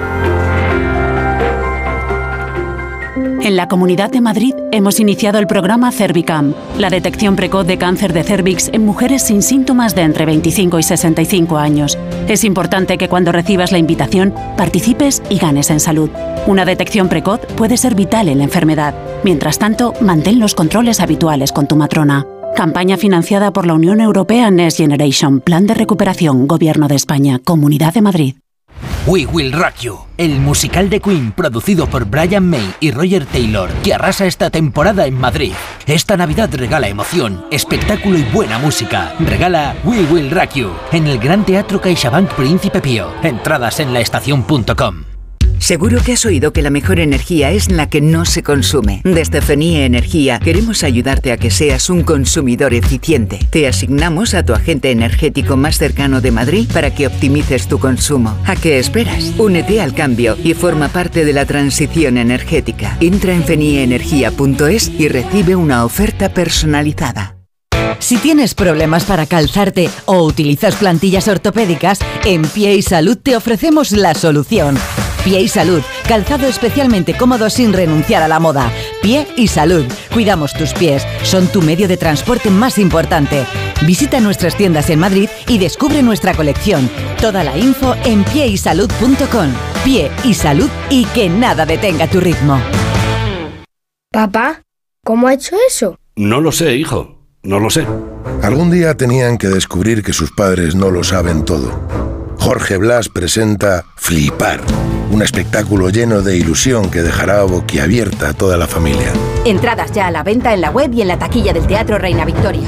En la Comunidad de Madrid hemos iniciado el programa Cervicam, la detección precoz de cáncer de cérvix en mujeres sin síntomas de entre veinticinco y sesenta y cinco años. Es importante que cuando recibas la invitación participes y ganes en salud. Una detección precoz puede ser vital en la enfermedad. Mientras tanto, mantén los controles habituales con tu matrona. Campaña financiada por la Unión Europea Next Generation, Plan de Recuperación, Gobierno de España, Comunidad de Madrid. We Will Rock You, el musical de Queen producido por Brian May y Roger Taylor, que arrasa esta temporada en Madrid. Esta Navidad regala emoción, espectáculo y buena música. Regala We Will Rock You en el Gran Teatro CaixaBank Príncipe Pío. Entradas en laestacion punto com. Seguro que has oído que la mejor energía es la que no se consume. Desde Fenie Energía queremos ayudarte a que seas un consumidor eficiente. Te asignamos a tu agente energético más cercano de Madrid para que optimices tu consumo. ¿A qué esperas? Únete al cambio y forma parte de la transición energética. Entra en fenie energía punto es y recibe una oferta personalizada. Si tienes problemas para calzarte o utilizas plantillas ortopédicas, en Pie y Salud te ofrecemos la solución. Pie y Salud, calzado especialmente cómodo sin renunciar a la moda. Pie y Salud, cuidamos tus pies, son tu medio de transporte más importante. Visita nuestras tiendas en Madrid y descubre nuestra colección. Toda la info en pie y salud punto com. Pie y Salud y que nada detenga tu ritmo. Papá, ¿cómo ha hecho eso? No lo sé, hijo. No lo sé. Algún día tenían que descubrir que sus padres no lo saben todo. Jorge Blas presenta Flipar, un espectáculo lleno de ilusión que dejará boquiabierta a toda la familia. Entradas ya a la venta en la web y en la taquilla del Teatro Reina Victoria.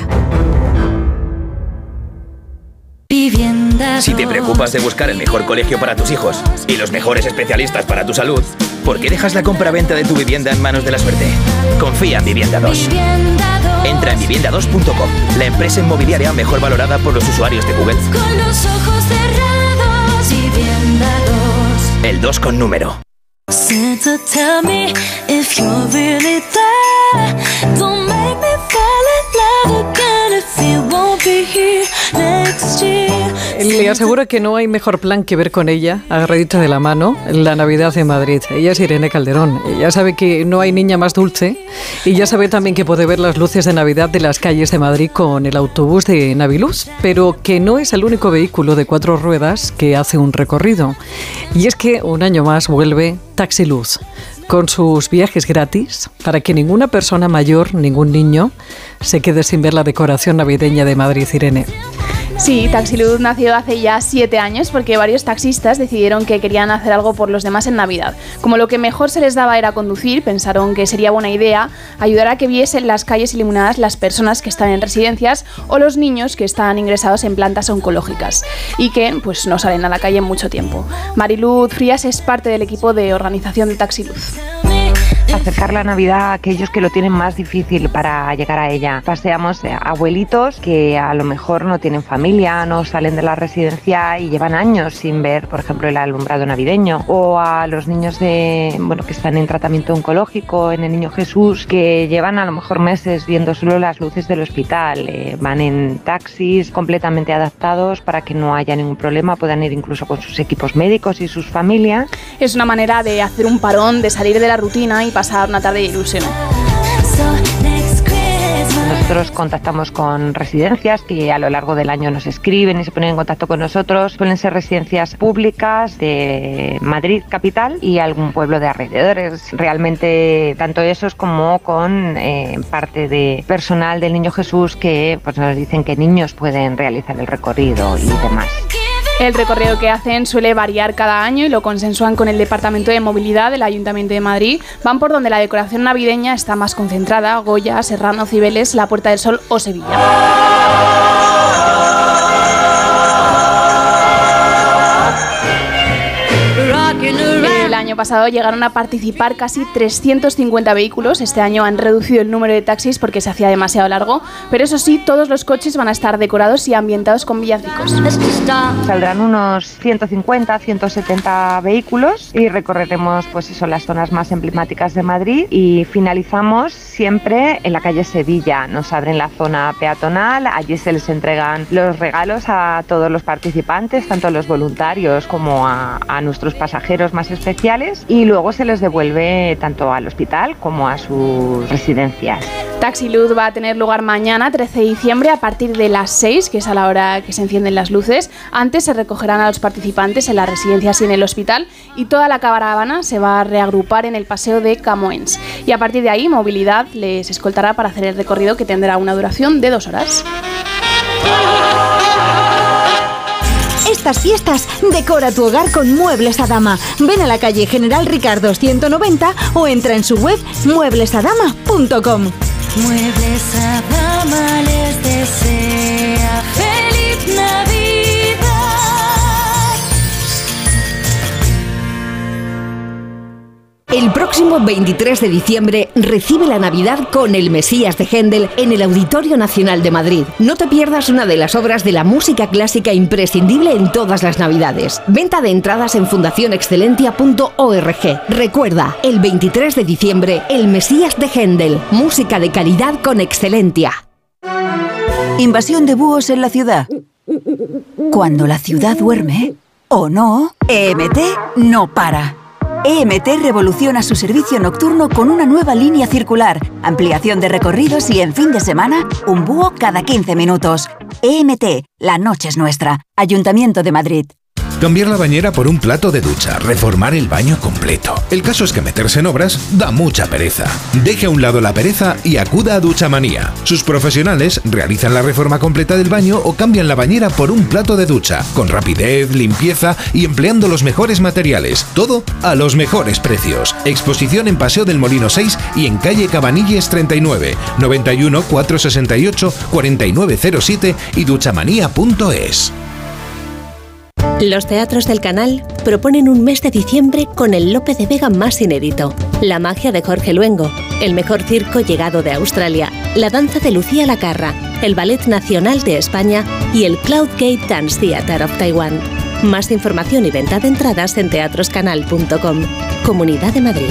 Si te preocupas de buscar el mejor colegio para tus hijos y los mejores especialistas para tu salud, ¿por qué dejas la compra-venta de tu vivienda en manos de la suerte? Confía en Vivienda dos. Entra en vivienda dos punto com, la empresa inmobiliaria mejor valorada por los usuarios de Google. Con los ojos cerrados, Vivienda dos. El dos con número. Santa, tell me if you're really there. Don't make me fall in love again if you won't be here next year. Le aseguro que no hay mejor plan que ver con ella, agarradita de la mano, la Navidad en Madrid. Ella es Irene Calderón. Ella sabe que no hay niña más dulce y ya sabe también que puede ver las luces de Navidad de las calles de Madrid con el autobús de Naviluz, pero que no es el único vehículo de cuatro ruedas que hace un recorrido. Y es que un año más vuelve Taxiluz, con sus viajes gratis para que ninguna persona mayor, ningún niño, se quede sin ver la decoración navideña de Madrid. Irene. Sí, Taxiluz nació hace ya siete años porque varios taxistas decidieron que querían hacer algo por los demás en Navidad. Como lo que mejor se les daba era conducir, pensaron que sería buena idea ayudar a que viesen las calles iluminadas las personas que están en residencias o los niños que están ingresados en plantas oncológicas y que pues no salen a la calle en mucho tiempo. Mariluz Frías es parte del equipo de organización de Taxiluz. Acercar la Navidad a aquellos que lo tienen más difícil para llegar a ella. Paseamos a abuelitos que a lo mejor no tienen familia, no salen de la residencia y llevan años sin ver, por ejemplo, el alumbrado navideño. O a los niños de, bueno, que están en tratamiento oncológico, en el Niño Jesús, que llevan a lo mejor meses viendo solo las luces del hospital. Eh, van en taxis completamente adaptados para que no haya ningún problema, puedan ir incluso con sus equipos médicos y sus familias. Es una manera de hacer un parón, de salir de la rutina y pasar una tarde de ilusión. Nosotros contactamos con residencias que a lo largo del año nos escriben y se ponen en contacto con nosotros. Suelen ser residencias públicas de Madrid capital y algún pueblo de alrededores. Realmente tanto esos como con eh, parte de personal del Niño Jesús que pues, nos dicen que niños pueden realizar el recorrido y demás. El recorrido que hacen suele variar cada año y lo consensúan con el Departamento de Movilidad del Ayuntamiento de Madrid. Van por donde la decoración navideña está más concentrada: Goya, Serrano, Cibeles, La Puerta del Sol o Sevilla. El año pasado llegaron a participar casi trescientos cincuenta vehículos. Este año han reducido el número de taxis porque se hacía demasiado largo, pero eso sí, todos los coches van a estar decorados y ambientados con villancicos. Saldrán unos ciento cincuenta, ciento setenta vehículos y recorreremos pues eso, las zonas más emblemáticas de Madrid y finalizamos siempre en la calle Sevilla. Nos abren la zona peatonal, allí se les entregan los regalos a todos los participantes, tanto a los voluntarios como a, a nuestros pasajeros más especiales, y luego se les devuelve tanto al hospital como a sus residencias. Taxiluz va a tener lugar mañana, trece de diciembre, a partir de las seis, que es a la hora que se encienden las luces. Antes se recogerán a los participantes en las residencias y en el hospital, y toda la caravana se va a reagrupar en el paseo de Camoens. Y a partir de ahí, Movilidad les escoltará para hacer el recorrido, que tendrá una duración de dos horas. Estas fiestas, decora tu hogar con Muebles Adama. Ven a la calle General Ricardo ciento noventa o entra en su web muebles adama punto com. Muebles Adama les desea feliz Navidad. El próximo veintitrés de diciembre recibe la Navidad con El Mesías de Händel en el Auditorio Nacional de Madrid. No te pierdas una de las obras de la música clásica imprescindible en todas las Navidades. Venta de entradas en fundación excelentia punto org. Recuerda, el veintitrés de diciembre, El Mesías de Händel. Música de calidad con Excelentia. Invasión de búhos en la ciudad. Cuando la ciudad duerme, o no, E M T no para. E M T revoluciona su servicio nocturno con una nueva línea circular, ampliación de recorridos y en fin de semana, un búho cada quince minutos. E M T, la noche es nuestra. Ayuntamiento de Madrid. Cambiar la bañera por un plato de ducha, reformar el baño completo. El caso es que meterse en obras da mucha pereza. Deje a un lado la pereza y acuda a Duchamanía. Sus profesionales realizan la reforma completa del baño o cambian la bañera por un plato de ducha, con rapidez, limpieza y empleando los mejores materiales. Todo a los mejores precios. Exposición en Paseo del Molino seis y en calle Cabanilles treinta y nueve, noventa y uno, cuatrocientos sesenta y ocho, cuarenta y nueve cero siete y duchamanía punto es. Los teatros del canal proponen un mes de diciembre con el Lope de Vega más inédito, la magia de Jorge Luengo, el mejor circo llegado de Australia, la danza de Lucía Lacarra, el Ballet Nacional de España y el Cloud Gate Dance Theatre of Taiwan. Más información y venta de entradas en teatroscanal punto com. Comunidad de Madrid.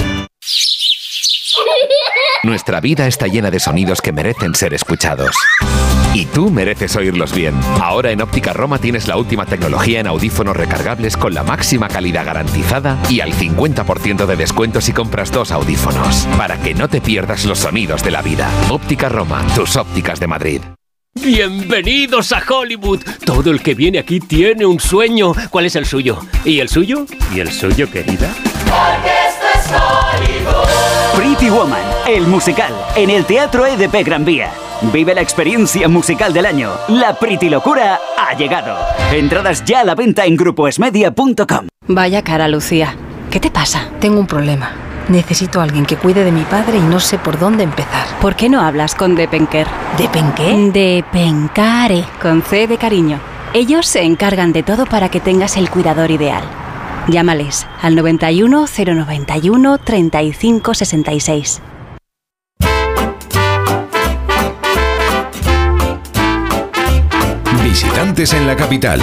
Nuestra vida está llena de sonidos que merecen ser escuchados. Y tú mereces oírlos bien. Ahora en Óptica Roma tienes la última tecnología en audífonos recargables con la máxima calidad garantizada y al cincuenta por ciento de descuento si compras dos audífonos. Para que no te pierdas los sonidos de la vida. Óptica Roma, tus ópticas de Madrid. Bienvenidos a Hollywood. Todo el que viene aquí tiene un sueño. ¿Cuál es el suyo? ¿Y el suyo? ¿Y el suyo, querida? Porque esto es Hollywood. Pretty Woman, el musical, en el Teatro E D P Gran Vía. Vive la experiencia musical del año. La Pretty Locura ha llegado. Entradas ya a la venta en grupo esmedia punto com. Vaya cara, Lucía. ¿Qué te pasa? Tengo un problema. Necesito a alguien que cuide de mi padre y no sé por dónde empezar. ¿Por qué no hablas con Depenker? ¿Depenqué? Depencare, con C de cariño. Ellos se encargan de todo para que tengas el cuidador ideal. Llámales al noventa y uno, cero noventa y uno, treinta y cinco sesenta y seis. Visitantes en la capital.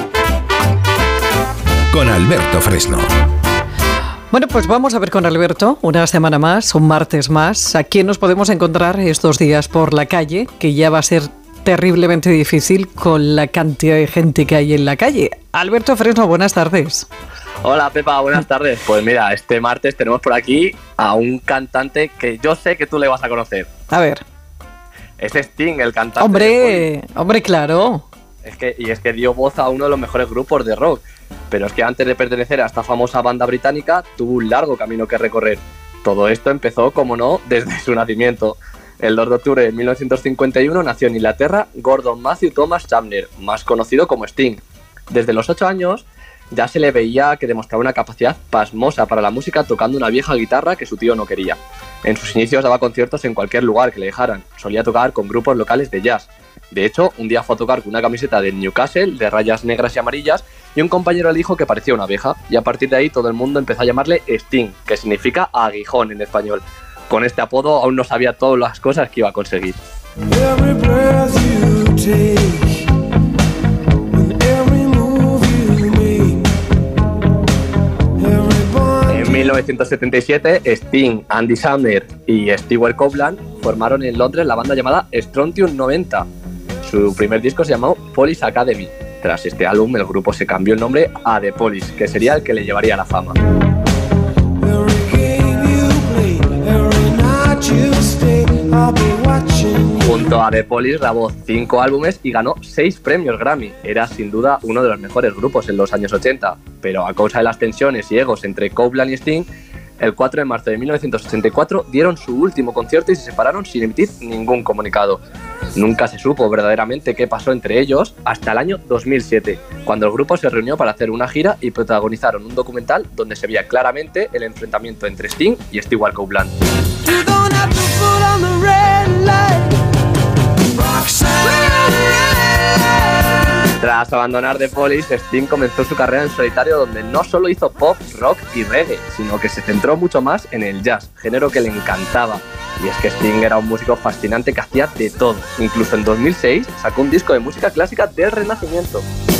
Con Alberto Fresno. Bueno, pues vamos a ver con Alberto, una semana más, un martes más, a quién nos podemos encontrar estos días por la calle, que ya va a ser terriblemente difícil con la cantidad de gente que hay en la calle. Alberto Fresno, buenas tardes. Hola Pepa, buenas tardes. Pues mira, este martes tenemos por aquí a un cantante que yo sé que tú le vas a conocer. A ver. Es Sting, el cantante. Hombre, hombre, claro. Es que, y es que dio voz a uno de los mejores grupos de rock. Pero es que antes de pertenecer a esta famosa banda británica, tuvo un largo camino que recorrer. Todo esto empezó, como no, desde su nacimiento. El dos de octubre de mil novecientos cincuenta y uno nació en Inglaterra Gordon Matthew Thomas Chapner, más conocido como Sting. Desde los ocho años ya se le veía que demostraba una capacidad pasmosa para la música tocando una vieja guitarra que su tío no quería. En sus inicios daba conciertos en cualquier lugar que le dejaran. Solía tocar con grupos locales de jazz. De hecho, un día fue a tocar con una camiseta de Newcastle, de rayas negras y amarillas, y un compañero le dijo que parecía una abeja, y a partir de ahí todo el mundo empezó a llamarle Sting, que significa aguijón en español. Con este apodo aún no sabía todas las cosas que iba a conseguir. En mil novecientos setenta y siete, Sting, Andy Samberg y Stewart Copeland formaron en Londres la banda llamada Strontium noventa. Su primer disco se llamó Police Academy. Tras este álbum, el grupo se cambió el nombre a The Police, que sería el que le llevaría a la fama. Junto a The Police grabó cinco álbumes y ganó seis premios Grammy. Era sin duda uno de los mejores grupos en los años ochenta, pero a causa de las tensiones y egos entre Copeland y Sting, el cuatro de marzo de mil novecientos ochenta y cuatro dieron su último concierto y se separaron sin emitir ningún comunicado. Nunca se supo verdaderamente qué pasó entre ellos hasta el año dos mil siete, cuando el grupo se reunió para hacer una gira y protagonizaron un documental donde se veía claramente el enfrentamiento entre Sting y Stewart Copeland. Tras abandonar The Police, Sting comenzó su carrera en solitario, donde no solo hizo pop, rock y reggae, sino que se centró mucho más en el jazz, género que le encantaba. Y es que Sting era un músico fascinante que hacía de todo. Incluso en dos mil seis sacó un disco de música clásica del Renacimiento.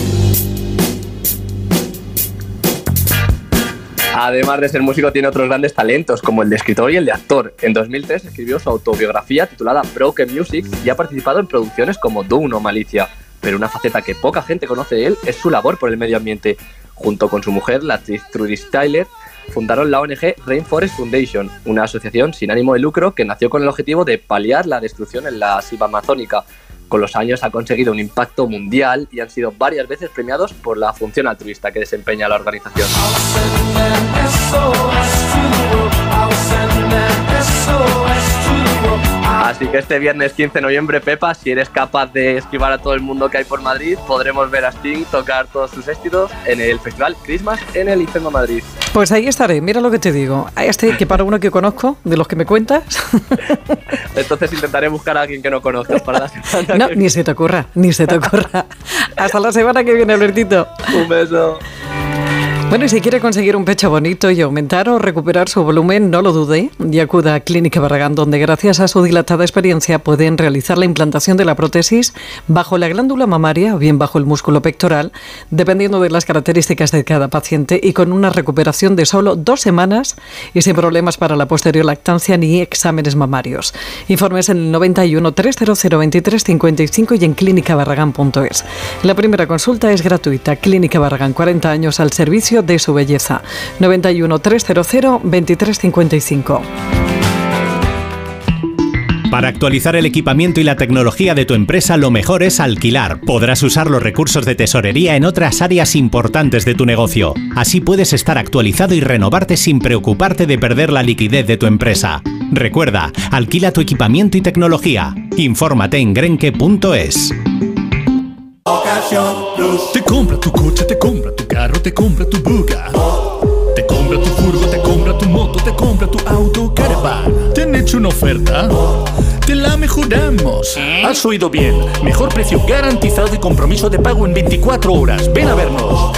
Además de ser músico, tiene otros grandes talentos, como el de escritor y el de actor. En dos mil tres escribió su autobiografía titulada Broken Music y ha participado en producciones como Dune o Malicia. Pero una faceta que poca gente conoce de él es su labor por el medio ambiente. Junto con su mujer, la actriz Trudy Styler, fundaron la O N G Rainforest Foundation, una asociación sin ánimo de lucro que nació con el objetivo de paliar la destrucción en la selva amazónica. Con los años ha conseguido un impacto mundial y han sido varias veces premiados por la función altruista que desempeña la organización. Así que este viernes quince de noviembre, Pepa, si eres capaz de esquivar a todo el mundo que hay por Madrid, podremos ver a Sting tocar todos sus éxitos en el festival Christmas en el IFEMA Madrid. Pues ahí estaré, mira lo que te digo. Este que para uno que conozco, de los que me cuentas. Entonces intentaré buscar a alguien que no conozcas para la semana. No, que... ni se te ocurra, ni se te ocurra. Hasta la semana que viene, Albertito. Un beso. Bueno, y si quiere conseguir un pecho bonito y aumentar o recuperar su volumen, no lo dude y acuda a Clínica Barragán, donde gracias a su dilatada experiencia pueden realizar la implantación de la prótesis bajo la glándula mamaria o bien bajo el músculo pectoral, dependiendo de las características de cada paciente y con una recuperación de solo dos semanas y sin problemas para la posterior lactancia ni exámenes mamarios. Informes en el noventa y uno, trescientos veintitrés, cincuenta y cinco y en clínica barragán punto es. La primera consulta es gratuita. Clínica Barragán, cuarenta años al servicio de su belleza. noventa y uno, trescientos veintitrés, cincuenta y cinco. Para actualizar el equipamiento y la tecnología de tu empresa, lo mejor es alquilar. Podrás usar los recursos de tesorería en otras áreas importantes de tu negocio. Así puedes estar actualizado y renovarte sin preocuparte de perder la liquidez de tu empresa. Recuerda, alquila tu equipamiento y tecnología. Infórmate en grenke punto es. Te compra tu coche, te compra tu carro, te compra tu buga. Te compra tu furgo, te compra tu moto, te compra tu auto, caravan. ¿Te han hecho una oferta? Te la mejoramos. Has oído bien. Mejor precio garantizado y compromiso de pago en veinticuatro horas. Ven a vernos.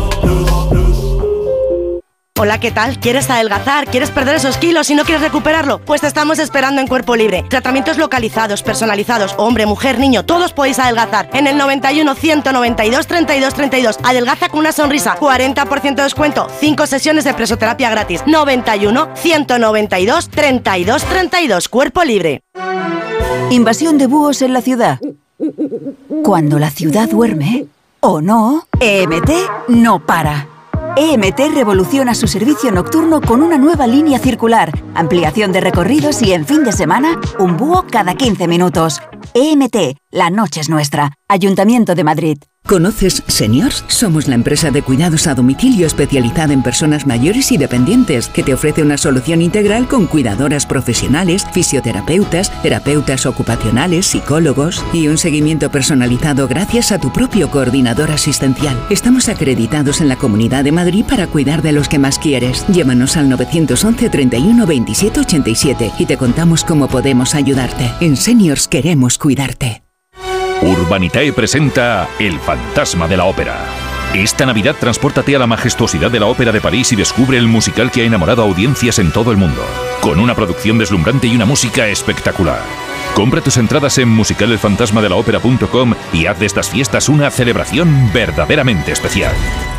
Hola, ¿qué tal? ¿Quieres adelgazar? ¿Quieres perder esos kilos y no quieres recuperarlo? Pues te estamos esperando en Cuerpo Libre. Tratamientos localizados, personalizados, hombre, mujer, niño, todos podéis adelgazar. En el noventa y uno, ciento noventa y dos, treinta y dos, treinta y dos. Adelgaza con una sonrisa. cuarenta por ciento de descuento. cinco sesiones de presoterapia gratis. noventa y uno, ciento noventa y dos, treinta y dos, treinta y dos. Cuerpo Libre. Invasión de búhos en la ciudad. Cuando la ciudad duerme, o no, E M T no para. E M T revoluciona su servicio nocturno con una nueva línea circular, ampliación de recorridos y en fin de semana, un búho cada quince minutos. E M T, la noche es nuestra. Ayuntamiento de Madrid. ¿Conoces Seniors? Somos la empresa de cuidados a domicilio especializada en personas mayores y dependientes, que te ofrece una solución integral con cuidadoras profesionales, fisioterapeutas, terapeutas ocupacionales, psicólogos y un seguimiento personalizado gracias a tu propio coordinador asistencial. Estamos acreditados en la Comunidad de Madrid para cuidar de los que más quieres. Llámanos al nueve once, treinta y uno, veintisiete, ochenta y siete y te contamos cómo podemos ayudarte. En Seniors queremos cuidarte. Urbanitae presenta El fantasma de la ópera. Esta Navidad transpórtate a la majestuosidad de la Ópera de París y descubre el musical que ha enamorado a audiencias en todo el mundo, con una producción deslumbrante y una música espectacular. Compra tus entradas en musical el fantasma de la ópera punto com y haz de estas fiestas una celebración verdaderamente especial.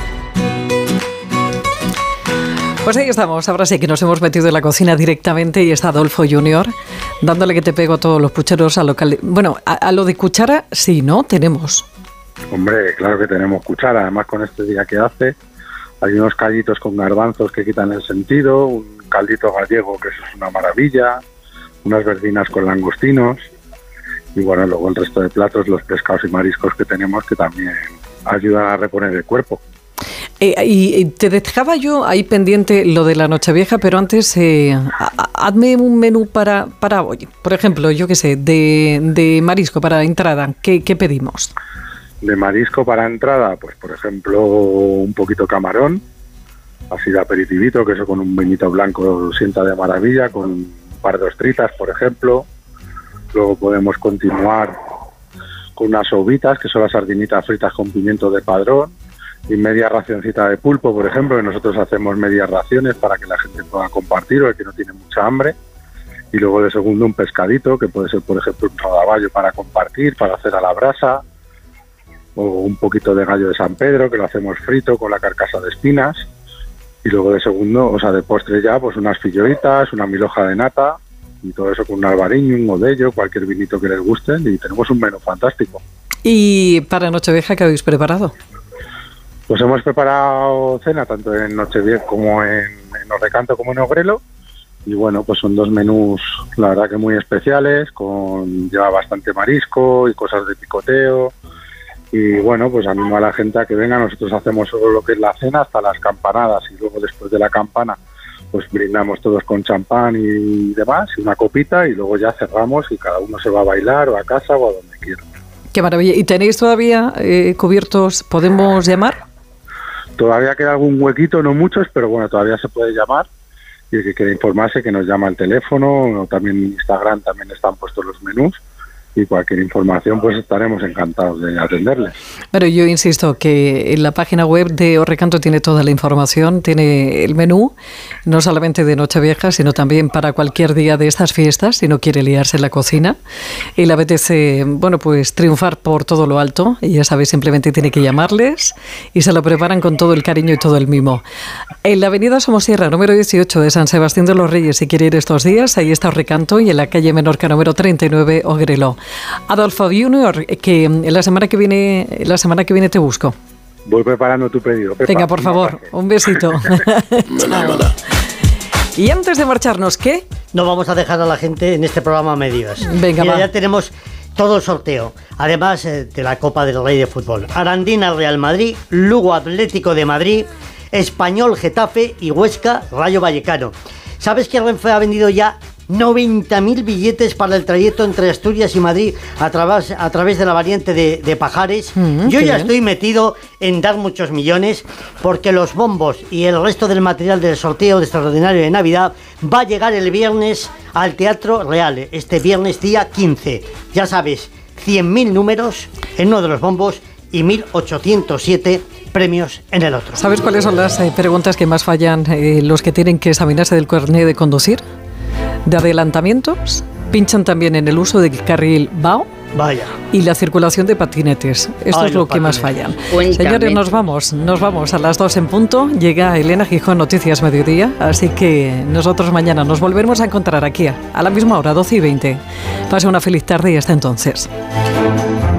Pues ahí estamos, ahora sí que nos hemos metido en la cocina directamente y está Adolfo junior dándole que te pego a todos los pucheros a lo cal... Bueno, a, a lo de cuchara sí, ¿no? Tenemos. Hombre, claro que tenemos cuchara, además con este día que hace hay unos callitos con garbanzos que quitan el sentido, un caldito gallego que eso es una maravilla, unas verdinas con langostinos y bueno, luego el resto de platos, los pescados y mariscos que tenemos que también ayudan a reponer el cuerpo. Eh, y, y te dejaba yo ahí pendiente lo de la Nochevieja, pero antes eh, a, hazme un menú para, para hoy. Por ejemplo, yo qué sé, de, de marisco para entrada, ¿qué, qué pedimos? De marisco para entrada, pues por ejemplo, un poquito camarón, así de aperitivito, que eso con un vinito blanco sienta de maravilla, con un par de ostritas, por ejemplo. Luego podemos continuar con unas sobitas, que son las sardinitas fritas con pimiento de padrón, y media racioncita de pulpo, por ejemplo, que nosotros hacemos medias raciones para que la gente pueda compartir o el que no tiene mucha hambre. Y luego de segundo un pescadito, que puede ser, por ejemplo, un rodaballo para compartir, para hacer a la brasa, o un poquito de gallo de San Pedro, que lo hacemos frito con la carcasa de espinas. Y luego de segundo, o sea, de postre ya, pues unas fillolitas, una milhoja de nata, y todo eso con un albariño, un godello, cualquier vinito que les guste, y tenemos un menú fantástico. ¿Y para Nochevieja qué habéis preparado? Pues hemos preparado cena tanto en Nochevieja como en, en Orrecanto como en Ogrelo, y bueno, pues son dos menús la verdad que muy especiales, con lleva bastante marisco y cosas de picoteo, y bueno, pues animo a la gente a que venga. Nosotros hacemos solo lo que es la cena hasta las campanadas, y luego después de la campana pues brindamos todos con champán y demás, y una copita, y luego ya cerramos y cada uno se va a bailar o a casa o a donde quiera. Qué maravilla. ¿Y tenéis todavía eh, cubiertos? ¿Podemos llamar? Todavía queda algún huequito, no muchos, pero bueno, todavía se puede llamar, y el que quiera informarse que nos llama al teléfono, o también en Instagram también están puestos los menús, y cualquier información pues estaremos encantados de atenderles. Pero yo insisto que en la página web de Orrecanto tiene toda la información, tiene el menú, no solamente de Nochevieja, sino también para cualquier día de estas fiestas, si no quiere liarse en la cocina y le apetece, bueno, pues triunfar por todo lo alto, y ya sabéis, simplemente tiene que llamarles y se lo preparan con todo el cariño y todo el mimo. En la avenida Somosierra, número dieciocho de San Sebastián de los Reyes, si quiere ir estos días, ahí está Orrecanto, y en la calle Menorca, número treinta y nueve, Ogrelo. Adolfo junior, que la semana que viene la semana que viene te busco. Voy preparando tu pedido, Pepa. Venga, por favor, un besito. Y antes de marcharnos, ¿qué? No vamos a dejar a la gente en este programa a medias. Venga, Mira, va. ya tenemos todo el sorteo, además eh, de la Copa del Rey de Fútbol. Arandina Real Madrid, Lugo Atlético de Madrid, Español Getafe y Huesca Rayo Vallecano. ¿Sabes que Renfe ha vendido ya noventa mil billetes para el trayecto entre Asturias y Madrid a través, a través de la variante de, de Pajares? Mm, Yo ya bien. estoy metido en dar muchos millones, porque los bombos y el resto del material del sorteo de extraordinario de Navidad va a llegar el viernes al Teatro Real, este viernes día quince. Ya sabes, cien mil números en uno de los bombos y mil ochocientos siete premios en el otro. ¿Sabes cuáles son las eh, preguntas que más fallan eh, los que tienen que examinarse del carnet de conducir? De adelantamientos, pinchan también en el uso del carril V A O. Vaya. Y la circulación de patinetes. Esto Ay, es lo que patinetes. más fallan. Cuéntame. Señores, nos vamos, nos vamos a las dos en punto. Llega Elena Gijón, Noticias Mediodía, así que nosotros mañana nos volveremos a encontrar aquí a la misma hora, doce y veinte. Pase una feliz tarde y hasta entonces.